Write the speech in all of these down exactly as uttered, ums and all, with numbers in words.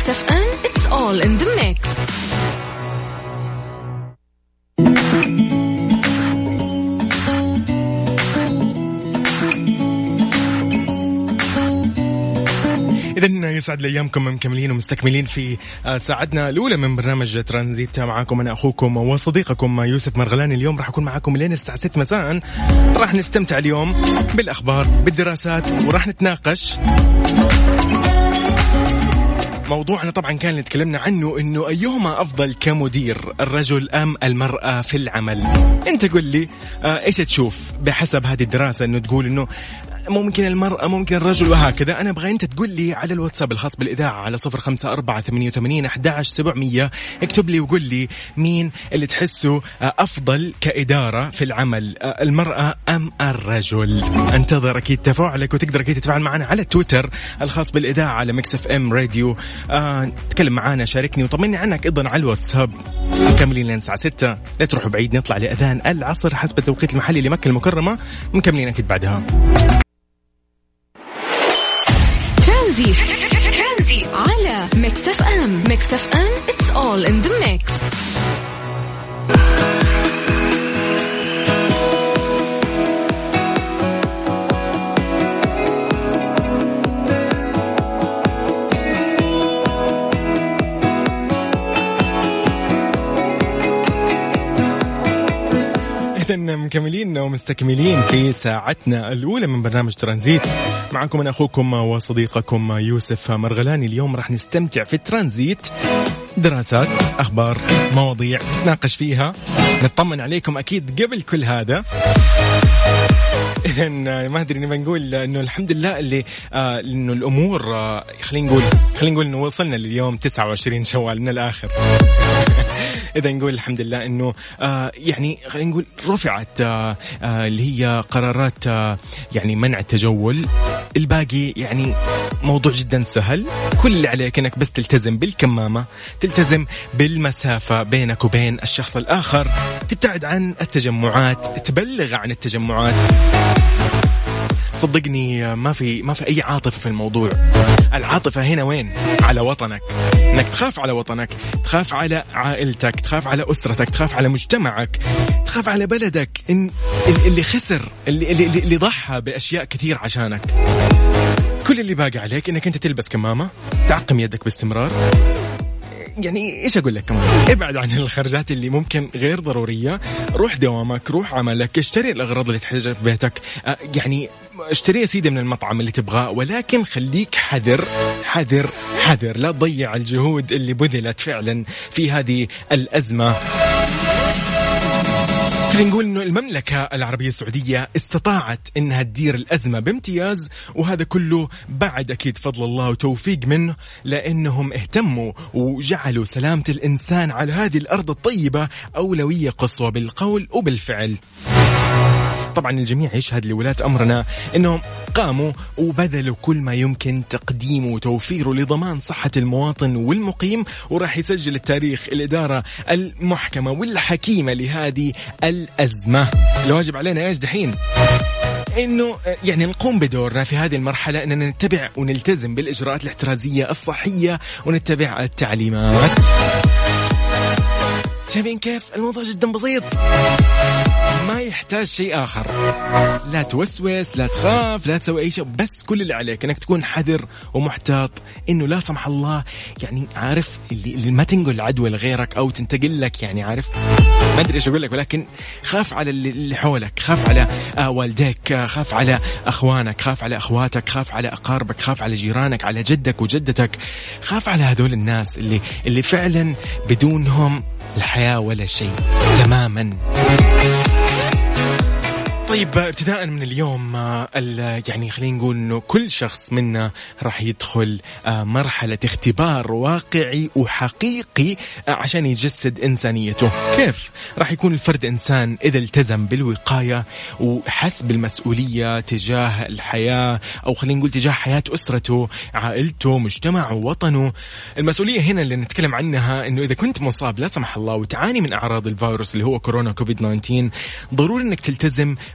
ميكس إف إم. It's all in the mix. إذن يسعد لأيامكم مكملين ومستكملين في ساعتنا الأولى من برنامج ترانزيت. معكم أنا أخوكم وصديقكم يوسف مرغلاني. اليوم راح أكون معكم لين الساعة ستة مساء. راح نستمتع اليوم بالأخبار بالدراسات وراح نتناقش. موضوعنا طبعا كان اللي تكلمنا عنه إنه أيهما أفضل كمدير، الرجل أم المرأة في العمل. أنت قل لي آه إيش تشوف بحسب هذه الدراسة، إنه تقول إنه ممكن المرأة ممكن الرجل وهكذا. أنا أبغى أنت تقول لي على الواتساب الخاص بالإذاعة على صفر خمسة أربعة ثمانية وثمانين أحد عشر سبعمية. اكتب لي وقول لي مين اللي تحسه أفضل كإدارة في العمل، المرأة أم الرجل. انتظر أكيد تفاعلك، وتقدر أكيد تتفاعل معنا على تويتر الخاص بالإذاعة على ميكس إف إم راديو. آه، تكلم معنا، شاركني وطمني عنك أيضا على الواتساب. مكملين لين الساعة ستة، لا تروحوا بعيد، نطلع لأذان العصر حسب التوقيت المحلي لمكة المكرمة. مكملين أكيد بعدها. ترانزيت على ميكس إف إم. ميكس إف إم It's all in the mix. مكملين ومستكملين في ساعتنا الأولى من برنامج ترانزيت. معكم أنا أخوكم وصديقكم يوسف مرغلاني. اليوم راح نستمتع في ترانزيت، دراسات، أخبار، مواضيع نتناقش فيها، نطمن عليكم أكيد. قبل كل هذا إذن ما أدري نبغى نقول إنه الحمد لله اللي آه إنه الأمور آه خلينا نقول خلينا نقول إنه وصلنا لليوم تسعة وعشرين شوال من الآخر. إذا نقول الحمد لله إنه آه يعني خلينا نقول رفعت آه آه اللي هي قرارات آه يعني منع التجول. الباقي يعني موضوع جدا سهل. كل اللي عليك إنك بس تلتزم بالكمامة، تلتزم بالمسافة بينك وبين الشخص الآخر، تبتعد عن التجمعات، تبلغ عن التجمعات. صدقني ما في ما في أي عاطفة في الموضوع. العاطفة هنا وين؟ على وطنك، إنك تخاف على وطنك، تخاف على عائلتك، تخاف على أسرتك، تخاف على مجتمعك، تخاف على بلدك إن اللي خسر، اللي اللي, اللي ضحى بأشياء كثير عشانك. كل اللي باقي عليك إنك أنت تلبس كمامة، تعقم يدك باستمرار. يعني إيش أقول لك كمان؟ ابعد عن الخرجات اللي ممكن غير ضرورية. روح دوامك، روح عملك، اشتري الأغراض اللي تحتاجها في بيتك. آه يعني اشتري سيدة من المطعم اللي تبغاه، ولكن خليك حذر حذر حذر. لا تضيع الجهود اللي بذلت فعلا في هذه الأزمة. خلينا نقول إنه المملكة العربية السعودية استطاعت إنها تدير الأزمة بامتياز، وهذا كله بعد أكيد فضل الله وتوفيق منه، لأنهم اهتموا وجعلوا سلامة الإنسان على هذه الأرض الطيبة أولوية قصوى بالقول وبالفعل. طبعا الجميع يشهد لولاة أمرنا أنهم قاموا وبذلوا كل ما يمكن تقديمه وتوفيره لضمان صحة المواطن والمقيم، وراح يسجل التاريخ الإدارة المحكمة والحكيمة لهذه الأزمة. الواجب علينا ايش دحين؟ إنه يعني نقوم بدورنا في هذه المرحلة، أننا نتبع ونلتزم بالإجراءات الاحترازية الصحية ونتبع التعليمات. شايفين كيف الموضوع جدا بسيط، ما يحتاج شيء آخر. لا توسوس، لا تخاف، لا تسوي أي شيء، بس كل اللي عليك أنك تكون حذر ومحتاط، إنه لا سمح الله يعني عارف اللي, اللي ما تنقل العدوى لغيرك أو تنتقل لك. يعني عارف ما أدري إيش أقول لك، ولكن خاف على اللي حولك، خاف على آه والديك، خاف على أخوانك، خاف على أخواتك، خاف على أقاربك، خاف على جيرانك، على جدك وجدتك. خاف على هذول الناس اللي اللي فعلا بدونهم الحياة ولا شيء تماما. طيب ابتداء من اليوم يعني خلينا نقول إنه كل شخص منا راح يدخل مرحلة اختبار واقعي وحقيقي عشان يجسد إنسانيته. كيف راح يكون الفرد إنسان إذا التزم بالوقاية وحس بالمسؤولية تجاه الحياة، أو خلينا نقول تجاه حياة أسرته، عائلته، مجتمعه، وطنه. المسؤولية هنا اللي نتكلم عنها إنه إذا كنت مصاب لا سمح الله وتعاني من أعراض الفيروس اللي هو كورونا كوفيد تسعة عشر، ضروري إنك تلتزم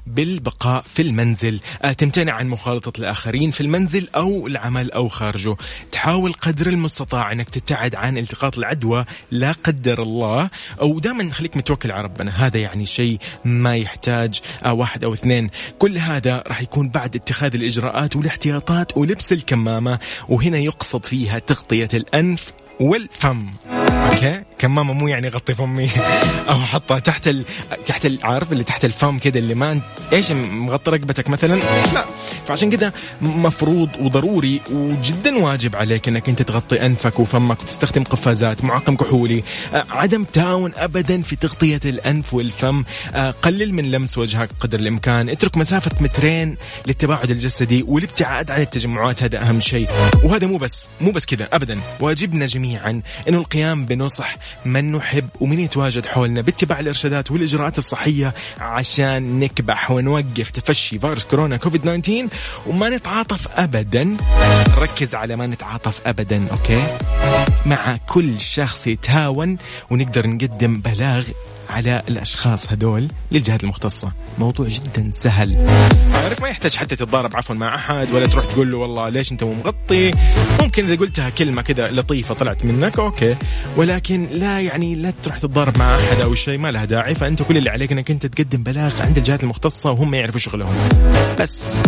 بالبقاء في المنزل، تمتنع عن مخالطة الآخرين في المنزل أو العمل أو خارجه، تحاول قدر المستطاع أنك تبتعد عن التقاط العدوى لا قدر الله، أو دائما خليك متوكل على ربنا. هذا يعني شيء ما يحتاج واحد أو اثنين، كل هذا راح يكون بعد اتخاذ الإجراءات والاحتياطات ولبس الكمامة، وهنا يقصد فيها تغطية الأنف والفم. اوكي، كمامة مو يعني غطي فمي او حطها تحت ال... تحت العارف اللي تحت الفم كده اللي ما ايش مغطي رقبتك مثلا، لا. فعشان كده مفروض وضروري وجدا واجب عليك انك انت تغطي انفك وفمك وتستخدم قفازات، معقم كحولي، عدم تهاون ابدا في تغطية الانف والفم، قلل من لمس وجهك قدر الامكان، اترك مسافة مترين للتباعد الجسدي والابتعاد عن التجمعات، هذا اهم شيء. وهذا مو بس مو بس كذا ابدا، واجبنا جميعا انه القيام بنصح من نحب ومن يتواجد حولنا باتباع الارشادات والاجراءات الصحيه عشان نكبح ونوقف تفشي فيروس كورونا كوفيد تسعة عشر، وما نتعاطف ابدا. ركز على ما نتعاطف ابدا، اوكي، مع كل شخص يتهاون، ونقدر نقدم بلاغ على الأشخاص هذول للجهات المختصة. موضوع جدا سهل، عارف، ما يحتاج حتى تتضارب عفوا مع أحد ولا تروح تقول له والله ليش أنت مو مغطي. ممكن إذا قلتها كلمة كذا لطيفة طلعت منك أوكي، ولكن لا يعني لا تروح تتضارب مع أحد أو شيء، ما لها داعي. فأنت كل اللي عليك أنك أنت تقدم بلاغ عند الجهات المختصة وهم يعرفوا شغلهم بس.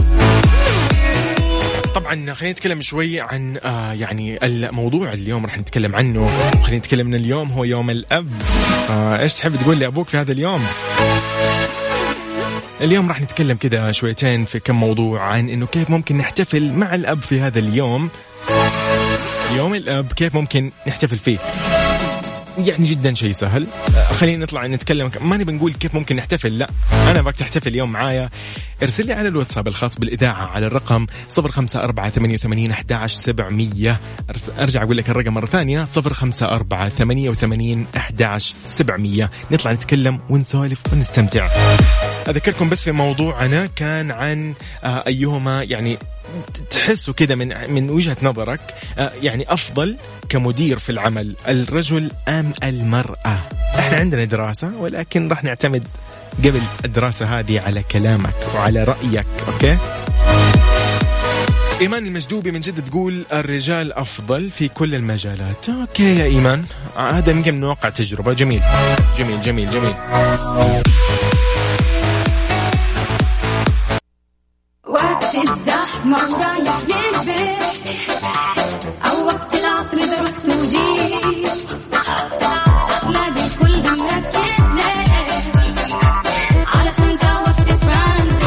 طبعا خلينا نتكلم شوي عن آه يعني الموضوع اليوم راح نتكلم عنه، وخلينا نتكلم من اليوم هو يوم الأب. آه ايش تحب تقول لأبوك في هذا اليوم؟ اليوم راح نتكلم كده شويتين في كم موضوع عن انه كيف ممكن نحتفل مع الأب في هذا اليوم. يوم الأب كيف ممكن نحتفل فيه؟ يعني جدا شيء سهل. خلينا نطلع نتكلم، ما نبي نقول كيف ممكن نحتفل، لا، أنا بك تحتفل اليوم معايا. ارسل لي على الواتساب الخاص بالإذاعة على الرقم صفر خمسة أربعة ثمانية وثمانين أحد عشر سبعمية. أرجع أقول لك الرقم مرة ثانية، صفر خمسة أربعة ثمانية وثمانين أحد عشر سبعمية. نطلع نتكلم ونسولف ونستمتع. أذكركم بس في موضوعنا كان عن أيهما يعني تحسوا كده من من وجهة نظرك يعني أفضل كمدير في العمل، الرجل أم المرأة؟ احنا عندنا دراسة، ولكن راح نعتمد قبل الدراسة هذه على كلامك وعلى رأيك. أوكي، إيمان المجدوبي من جدة تقول الرجال أفضل في كل المجالات. أوكي يا إيمان، هذا يمكن من واقع تجربة. جميل جميل جميل جميل. وقت الزحمة ورايح للبيت، أو وقت العصر إذا رحت وجيت، نادي كلهم مركز ليه علشان جاوبت ترانزيت.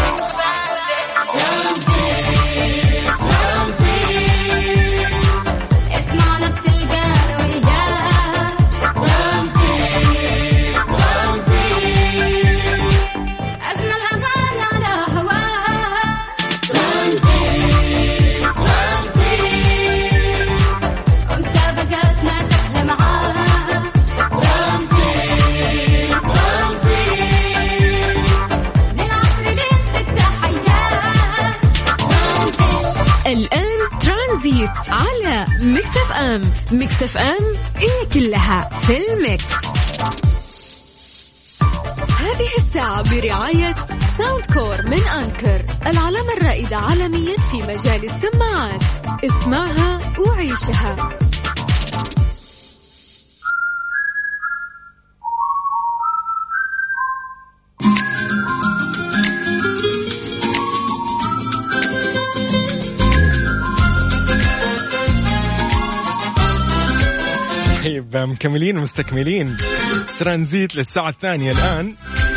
ترانزيت ترانزيت اسمعنا بتلقانا وياك. ترانزيت ترانزيت أجمل أغاني على هواك. ترانزيت ترانزيت ومسابقاتنا تحلى معاك. ترانزيت ترانزيت للعصر للست تحيات. الآن ترانزيت على ميكس اف ام. ميكس اف ام هي كلها في الميكس. هذه الساعة برعاية ساوند كور من أنكر، العلامة الرائدة عالميا في مجال السماعات. اسمعها وعيشها. طيب مكملين ومستكملين ترانزيت للساعة الثانية الآن.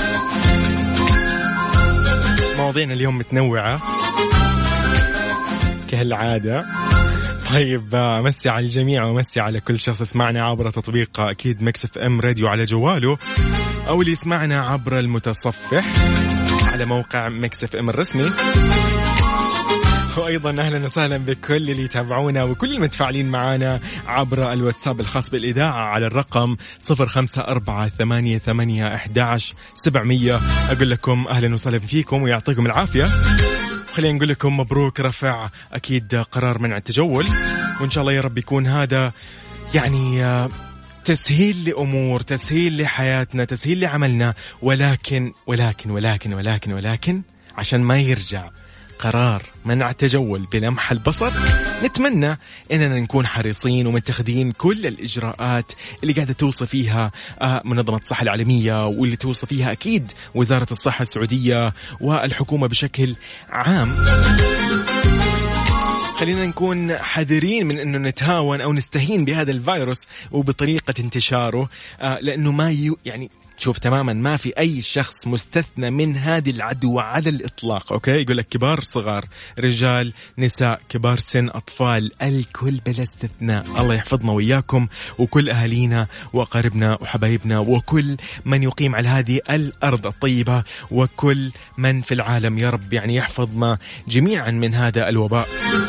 مواضيعنا اليوم متنوعة كالعادة. طيب مسي على الجميع ومسي على كل شخص يسمعنا عبر تطبيق أكيد ميكس اف ام راديو على جواله، أو اللي يسمعنا عبر المتصفح على موقع ميكس اف ام الرسمي. وأيضا أهلا وسهلا بكل اللي يتابعونا وكل المتفاعلين معنا عبر الواتساب الخاص بالإذاعة على الرقم صفر خمسة أربعة ثمانية ثمانية أحد عشر سبعمية. أقول لكم أهلا وسهلا فيكم ويعطيكم العافية. خلينا نقول لكم مبروك رفع أكيد قرار منع التجول، وإن شاء الله يا رب يكون هذا يعني تسهيل لأمور، تسهيل لحياتنا، تسهيل لعملنا، ولكن ولكن ولكن ولكن ولكن عشان ما يرجع قرار منع التجول بلمح البصر، نتمنى إننا نكون حريصين ومتخذين كل الإجراءات اللي قاعدة توصي فيها منظمة الصحة العالمية، واللي توصي فيها أكيد وزارة الصحة السعودية والحكومة بشكل عام. خلينا نكون حذرين من أنه نتهاون أو نستهين بهذا الفيروس وبطريقة انتشاره، لأنه ما ي... يعني شوف تماما ما في أي شخص مستثنى من هذه العدوى على الإطلاق. أوكي، يقول لك كبار صغار، رجال نساء، كبار سن، أطفال، الكل بلا استثناء. الله يحفظنا وإياكم وكل أهالينا وقاربنا وحبايبنا وكل من يقيم على هذه الأرض الطيبة وكل من في العالم، يا رب يعني يحفظنا جميعا من هذا الوباء.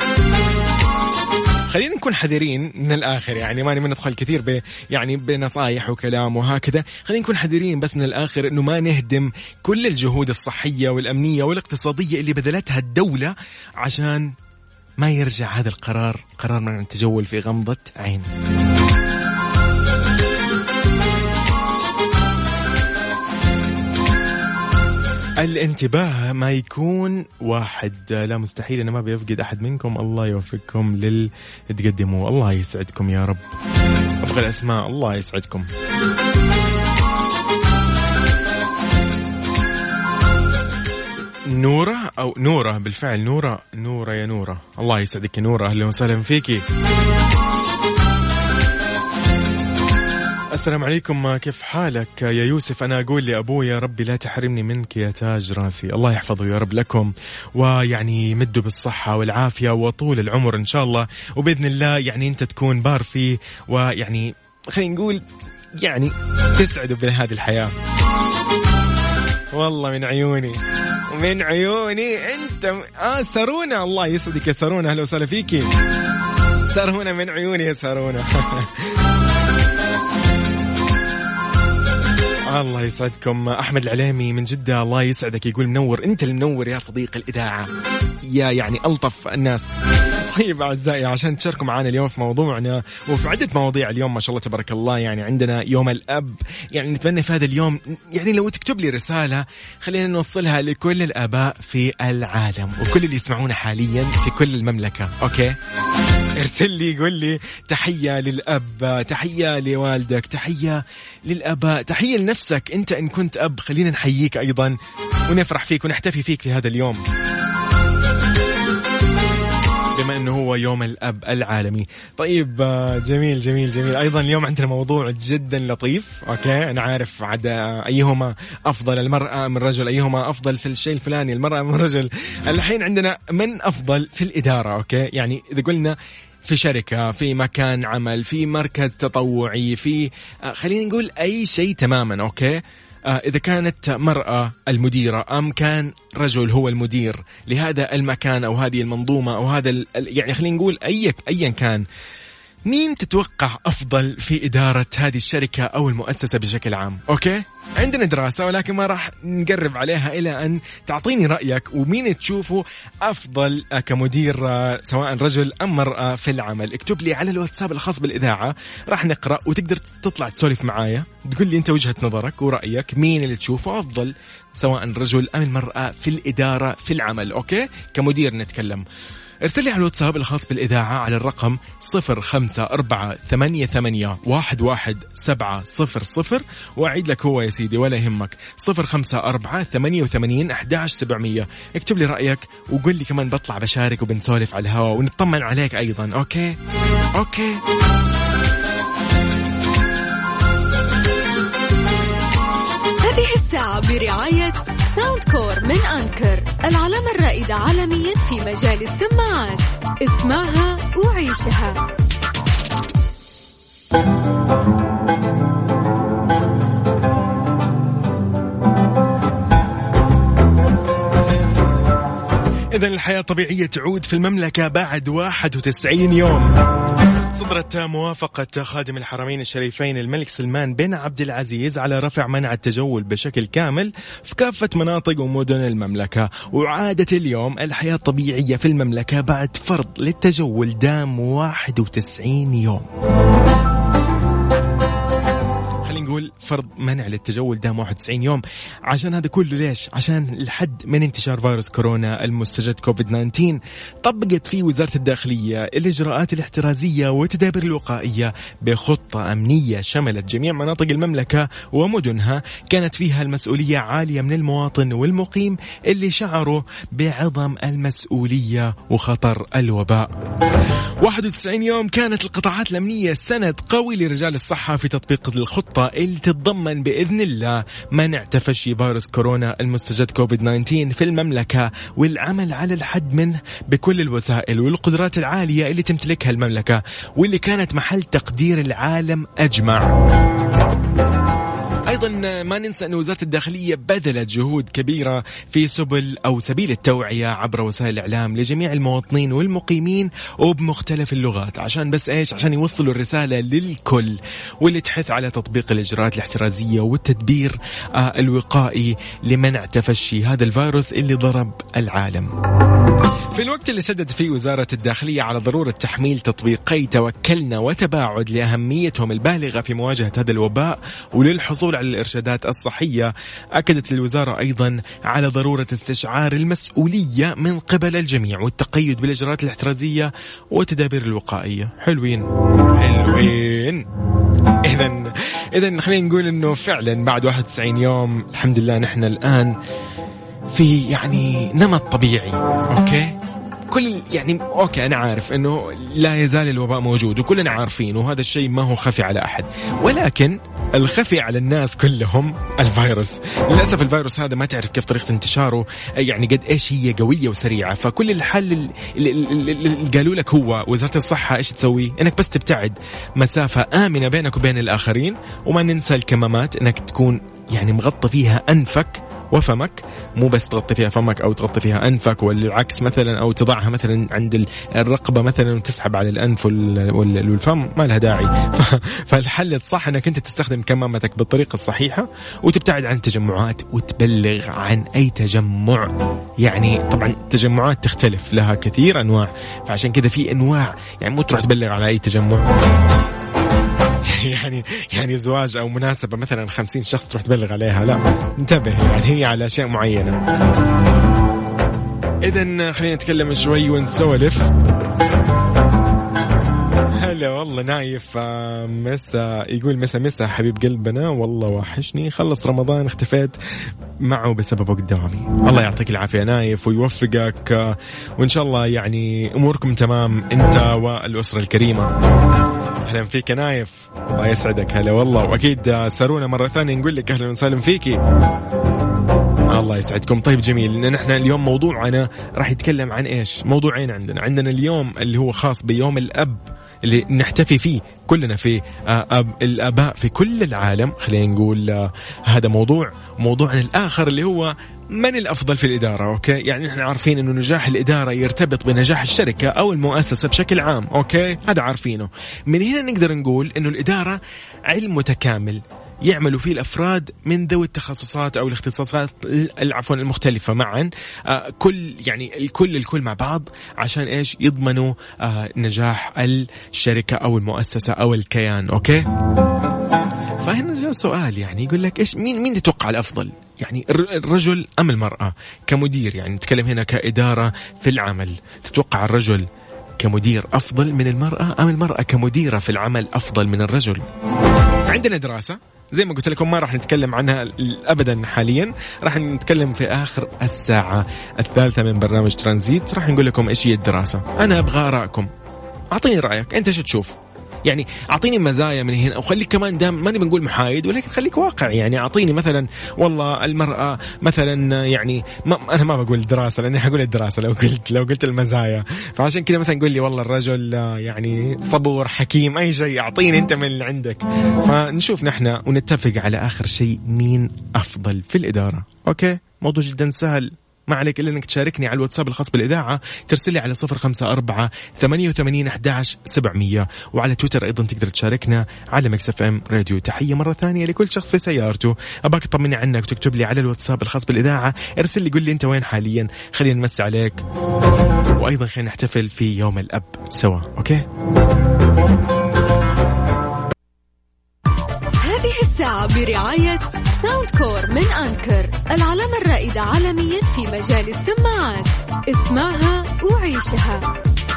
خلينا نكون حذرين من الآخر، يعني ماني من ندخل كثير ب يعني بنصايح وكلام وهكذا. خلينا نكون حذرين بس من الآخر إنه ما نهدم كل الجهود الصحية والأمنية والاقتصادية اللي بذلتها الدولة عشان ما يرجع هذا القرار، قرار من التجول في غمضة عين. الانتباه ما يكون واحد، لا مستحيل، أنا ما بيفقد أحد منكم. الله يوفقكم للي تقدموا، الله يسعدكم يا رب. أبغى الأسماء، الله يسعدكم. نورة أو نورة، بالفعل نورة، نورة يا نورة، الله يسعدك يا نورة، أهلا وسهلا فيكي. السلام عليكم، كيف حالك يا يوسف؟ أنا أقول لأبوي يا ربي لا تحرمني منك يا تاج راسي. الله يحفظه يا رب لكم، ويعني يمده بالصحة والعافية وطول العمر إن شاء الله، وبإذن الله يعني أنت تكون بار فيه، ويعني خلينا نقول يعني تسعده بهذه الحياة. والله من عيوني من عيوني أنت. آه سارونا، الله يسعدك يا سارونا، أهلا وسهلا فيكي سارونا، من عيوني يا سارونا. الله يسعدكم. أحمد العليمي من جدة، الله يسعدك، يقول منور، أنت المنور يا صديق الإذاعة، يا يعني ألطف الناس. طيب أعزائي، عشان تشاركوا معنا اليوم في موضوعنا وفي عدة مواضيع اليوم ما شاء الله تبارك الله، يعني عندنا يوم الأب، يعني نتمنى في هذا اليوم يعني لو تكتب لي رسالة خلينا نوصلها لكل الآباء في العالم وكل اللي يسمعونا حاليا في كل المملكة. أوكي، ارسل لي قول لي تحية للأب، تحية لوالدك، تحية للآباء، تحية لنفسك أنت إن كنت أب. خلينا نحييك أيضا ونفرح فيك ونحتفي فيك في هذا اليوم بما أنه هو يوم الأب العالمي. طيب جميل جميل جميل. أيضا اليوم عندنا موضوع جدا لطيف. أوكي، أنا عارف عاد أيهما أفضل، المرأة من الرجل، أيهما أفضل في الشيء الفلاني، المرأة من الرجل. الحين عندنا من أفضل في الإدارة. أوكي، يعني إذا قلنا في شركة، في مكان عمل، في مركز تطوعي، في خلينا نقول أي شيء تماما. أوكي، إذا كانت مرأة المديرة أم كان رجل هو المدير لهذا المكان أو هذه المنظومة أو هذا يعني خلينا نقول أي أيا كان، مين تتوقع أفضل في إدارة هذه الشركة أو المؤسسة بشكل عام؟ أوكي، عندنا دراسة ولكن ما راح نقرب عليها إلى أن تعطيني رأيك ومين تشوفه أفضل كمدير سواء رجل أم مرأة في العمل. اكتب لي على الواتساب الخاص بالإذاعة، راح نقرأ وتقدر تطلع تسولف معايا تقول لي أنت وجهة نظرك ورأيك مين اللي تشوفه أفضل سواء الرجل أم المرأة في الإدارة في العمل. أوكي، كمدير نتكلم. ارسل لي على الواتساب الخاص بالإذاعة على الرقم صفر خمسة أربعة ثمانية ثمانية واحد واحد سبعة صفر صفر، وأعيد لك هو يا سيدي ولا يهمك صفر خمسة أربعة ثمانية وثمانين أحد عشر سبعمية. اكتب لي رأيك وقل لي كمان، بطلع بشارك وبنسولف على الهواء ونطمن عليك أيضا. أوكي أوكي هذه الساعة برعاية ساوند كور من أنكر، العلامة الرائدة عالميا في مجال السماعات. اسمعها وعيشها. إذن الحياة الطبيعية تعود في المملكة بعد واحد وتسعين يوم. صدرت موافقة خادم الحرمين الشريفين الملك سلمان بن عبد العزيز على رفع منع التجول بشكل كامل في كافة مناطق ومدن المملكة، وعادت اليوم الحياة الطبيعية في المملكة بعد فرض للتجول دام واحد وتسعين يوم. يقول فرض منع للتجول دام واحد وتسعين يوم. عشان هذا كله ليش؟ عشان الحد من انتشار فيروس كورونا المستجد كوفيد تسعة عشر طبقت فيه وزارة الداخلية الإجراءات الاحترازية والتدابير الوقائية بخطة أمنية شملت جميع مناطق المملكة ومدنها، كانت فيها المسؤولية عالية من المواطن والمقيم اللي شعروا بعظم المسؤولية وخطر الوباء. واحد وتسعين يوم كانت القطاعات الأمنية سند قوي لرجال الصحة في تطبيق الخطة اللي تتضمن بإذن الله منع تفشي فيروس كورونا المستجد كوفيد تسعة عشر في المملكة والعمل على الحد منه بكل الوسائل والقدرات العالية اللي تمتلكها المملكة واللي كانت محل تقدير العالم أجمع. أيضا ما ننسى أن وزارة الداخلية بذلت جهود كبيرة في سبل أو سبيل التوعية عبر وسائل الإعلام لجميع المواطنين والمقيمين وبمختلف اللغات، عشان بس إيش؟ عشان يوصلوا الرسالة للكل، واللي تحث على تطبيق الإجراءات الاحترازية والتدبير آه الوقائي لمنع تفشي هذا الفيروس اللي ضرب العالم. في الوقت اللي شدت فيه وزارة الداخلية على ضرورة تحميل تطبيقي توكلنا وتباعد لأهميتهم البالغة في مواجهة هذا الوباء وللحصول على الإرشادات الصحية، أكدت الوزارة أيضا على ضرورة استشعار المسؤولية من قبل الجميع والتقيد بالإجراءات الاحترازية والتدابير الوقائية. حلوين حلوين. إذن إذن خلينا نقول إنه فعلا بعد واحد وتسعين يوم الحمد لله نحن الآن في يعني نمط طبيعي. أوكي كل يعني أوكي أنا عارف أنه لا يزال الوباء موجود وكلنا عارفين وهذا الشيء ما هو خفي على أحد، ولكن الخفي على الناس كلهم الفيروس. للأسف الفيروس هذا ما تعرف كيف طريقة انتشاره، يعني قد إيش هي قوية وسريعة. فكل الحل اللي قالوا لك هو وزارة الصحة إيش تسوي؟ إنك بس تبتعد مسافة آمنة بينك وبين الآخرين، وما ننسى الكمامات إنك تكون يعني مغطى فيها أنفك وفمك، مو بس تغطي فيها فمك أو تغطي فيها أنفك والعكس مثلا، أو تضعها مثلا عند الرقبة مثلا وتسحب على الأنف والفم، ما لها داعي. فالحل الصح أنك أنت تستخدم كمامتك بالطريقة الصحيحة وتبتعد عن التجمعات وتبلغ عن أي تجمع. يعني طبعا التجمعات تختلف، لها كثير أنواع، فعشان كذا في أنواع يعني مو تروح تبلغ على أي تجمع. يعني يعني زواج أو مناسبة مثلا خمسين شخص تروح تبلغ عليها، لا انتبه، يعني هي على أشياء معينة. إذن خلينا نتكلم شوي ونسولف. هلا والله نايف مسا يقول مسا مسا حبيب قلبنا، والله وحشني، خلص رمضان اختفيت معه بسبب قدامي. الله يعطيك العافية نايف ويوفقك، وإن شاء الله يعني أموركم تمام أنت والأسرة الكريمة. أهلا فيك نايف، الله يسعدك. هلا والله. وأكيد سارونا مرة ثانية نقول لك أهلا وسهلا فيكي، الله يسعدكم. طيب جميل، لأن نحن اليوم موضوعنا راح يتكلم عن إيش؟ موضوعين عندنا. عندنا اليوم اللي هو خاص بيوم الأب اللي نحتفي فيه كلنا في أب الآباء في كل العالم، خلينا نقول هذا موضوع. موضوعنا الآخر اللي هو من الأفضل في الإدارة. أوكي، يعني نحن عارفين إنه نجاح الإدارة يرتبط بنجاح الشركة أو المؤسسة بشكل عام. أوكي، هذا عارفينه. من هنا نقدر نقول إنه الإدارة علم متكامل يعملوا فيه الأفراد من ذوي التخصصات أو الاختصاصات العفوا المختلفة معا، آه كل يعني الكل الكل مع بعض عشان إيش؟ يضمنوا آه نجاح الشركة أو المؤسسة أو الكيان. أوكي، فهنا جاء سؤال، يعني يقول لك إيش مين مين تتوقع الأفضل؟ يعني الرجل أم المرأة كمدير؟ يعني نتكلم هنا كإدارة في العمل، تتوقع الرجل كمدير أفضل من المرأة أم المرأة كمديرة في العمل أفضل من الرجل؟ عندنا دراسة زي ما قلت لكم ما راح نتكلم عنها أبدا حاليا، راح نتكلم في آخر الساعة الثالثة من برنامج ترانزيت، راح نقول لكم إيش هي الدراسة. أنا أبغى آراءكم، أعطيني رأيك، أنت شو تشوف؟ يعني أعطيني مزايا من هنا، وخليك كمان دام ماني بنقول محايد ولكن خليك واقع. يعني أعطيني مثلا والله المرأة مثلا، يعني ما أنا ما بقول الدراسة لأني هقول الدراسة لو قلت لو قلت المزايا، فعشان كذا مثلا قول لي والله الرجل يعني صبور حكيم، أي شيء أعطيني أنت من اللي عندك، فنشوف نحن ونتفق على آخر شيء مين أفضل في الإدارة. أوكي، موضوع جدا سهل، ما عليك إلا أنك تشاركني على الواتساب الخاص بالإذاعة، ترسلي على صفر خمسة أربعة ثمانية وثمانين أحد عشر سبعمية، وعلى تويتر أيضا تقدر تشاركنا على ميكس اف ام راديو. تحية مرة ثانية لكل شخص في سيارته، أباك تطمني عنك وتكتب لي على الواتساب الخاص بالإذاعة، ارسل لي قل لي أنت وين حاليا، خلينا نمسي عليك، وأيضا خلينا نحتفل في يوم الأب سوا. أوكي، الساعة برعاية ساوند كور من أنكر، العلامة الرائدة عالميا في مجال السماعات. اسمعها وعيشها.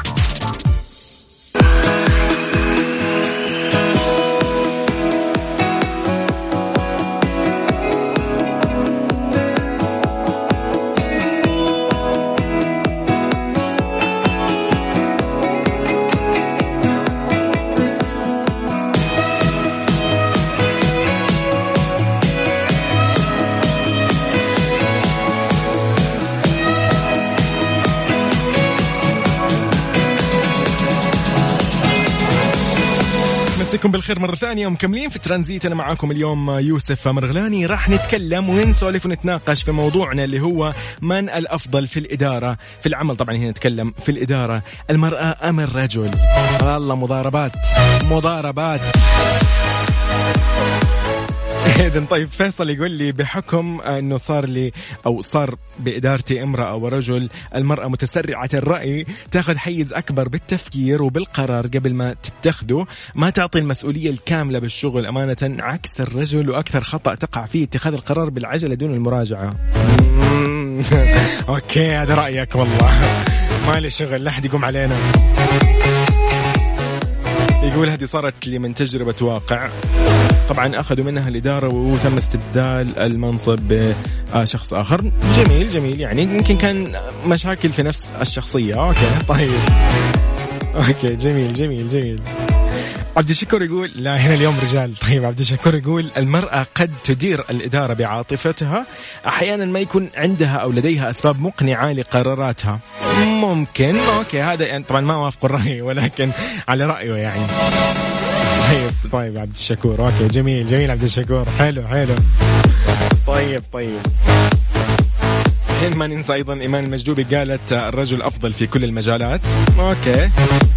مساكم بالخير مرة ثانية ومكملين في ترانزيت. أنا معاكم اليوم يوسف مرغلاني. راح نتكلم ونسولف ونتناقش في موضوعنا اللي هو من الأفضل في الإدارة في العمل. طبعا هنا نتكلم في الإدارة، المرأة أم الرجل؟ والله مضاربات مضاربات. إذن طيب فيصل يقول لي بحكم أنه صار لي أو صار بإدارتي امرأة ورجل، المرأة متسرعة الرأي، تأخذ حيز أكبر بالتفكير وبالقرار قبل ما تتخذه، ما تعطي المسؤولية الكاملة بالشغل أمانة، عكس الرجل، وأكثر خطأ تقع فيه اتخاذ القرار بالعجلة دون المراجعة. أوكي هذا رأيك، والله ما لي شغل، لا أحد يقوم علينا. يقول هذه صارت لي من تجربة واقع، طبعا أخذوا منها الإدارة وتم استبدال المنصب بشخص آخر. جميل جميل، يعني يمكن كان مشاكل في نفس الشخصية. أوكي طيب أوكي جميل جميل جميل. عبد الشكور يقول لا هنا اليوم رجال. طيب عبد الشكور يقول المرأة قد تدير الإدارة بعاطفتها، أحيانا ما يكون عندها أو لديها أسباب مقنعة لقراراتها. ممكن أوكي هذا يعني طبعا ما أوافق الرأي ولكن على رأيه يعني. طيب طيب عبد الشكور أوكي جميل جميل عبد الشكور، حلو حلو. طيب طيب ما ننسى أيضا إيمان المجدوبي قالت الرجل أفضل في كل المجالات. أوكي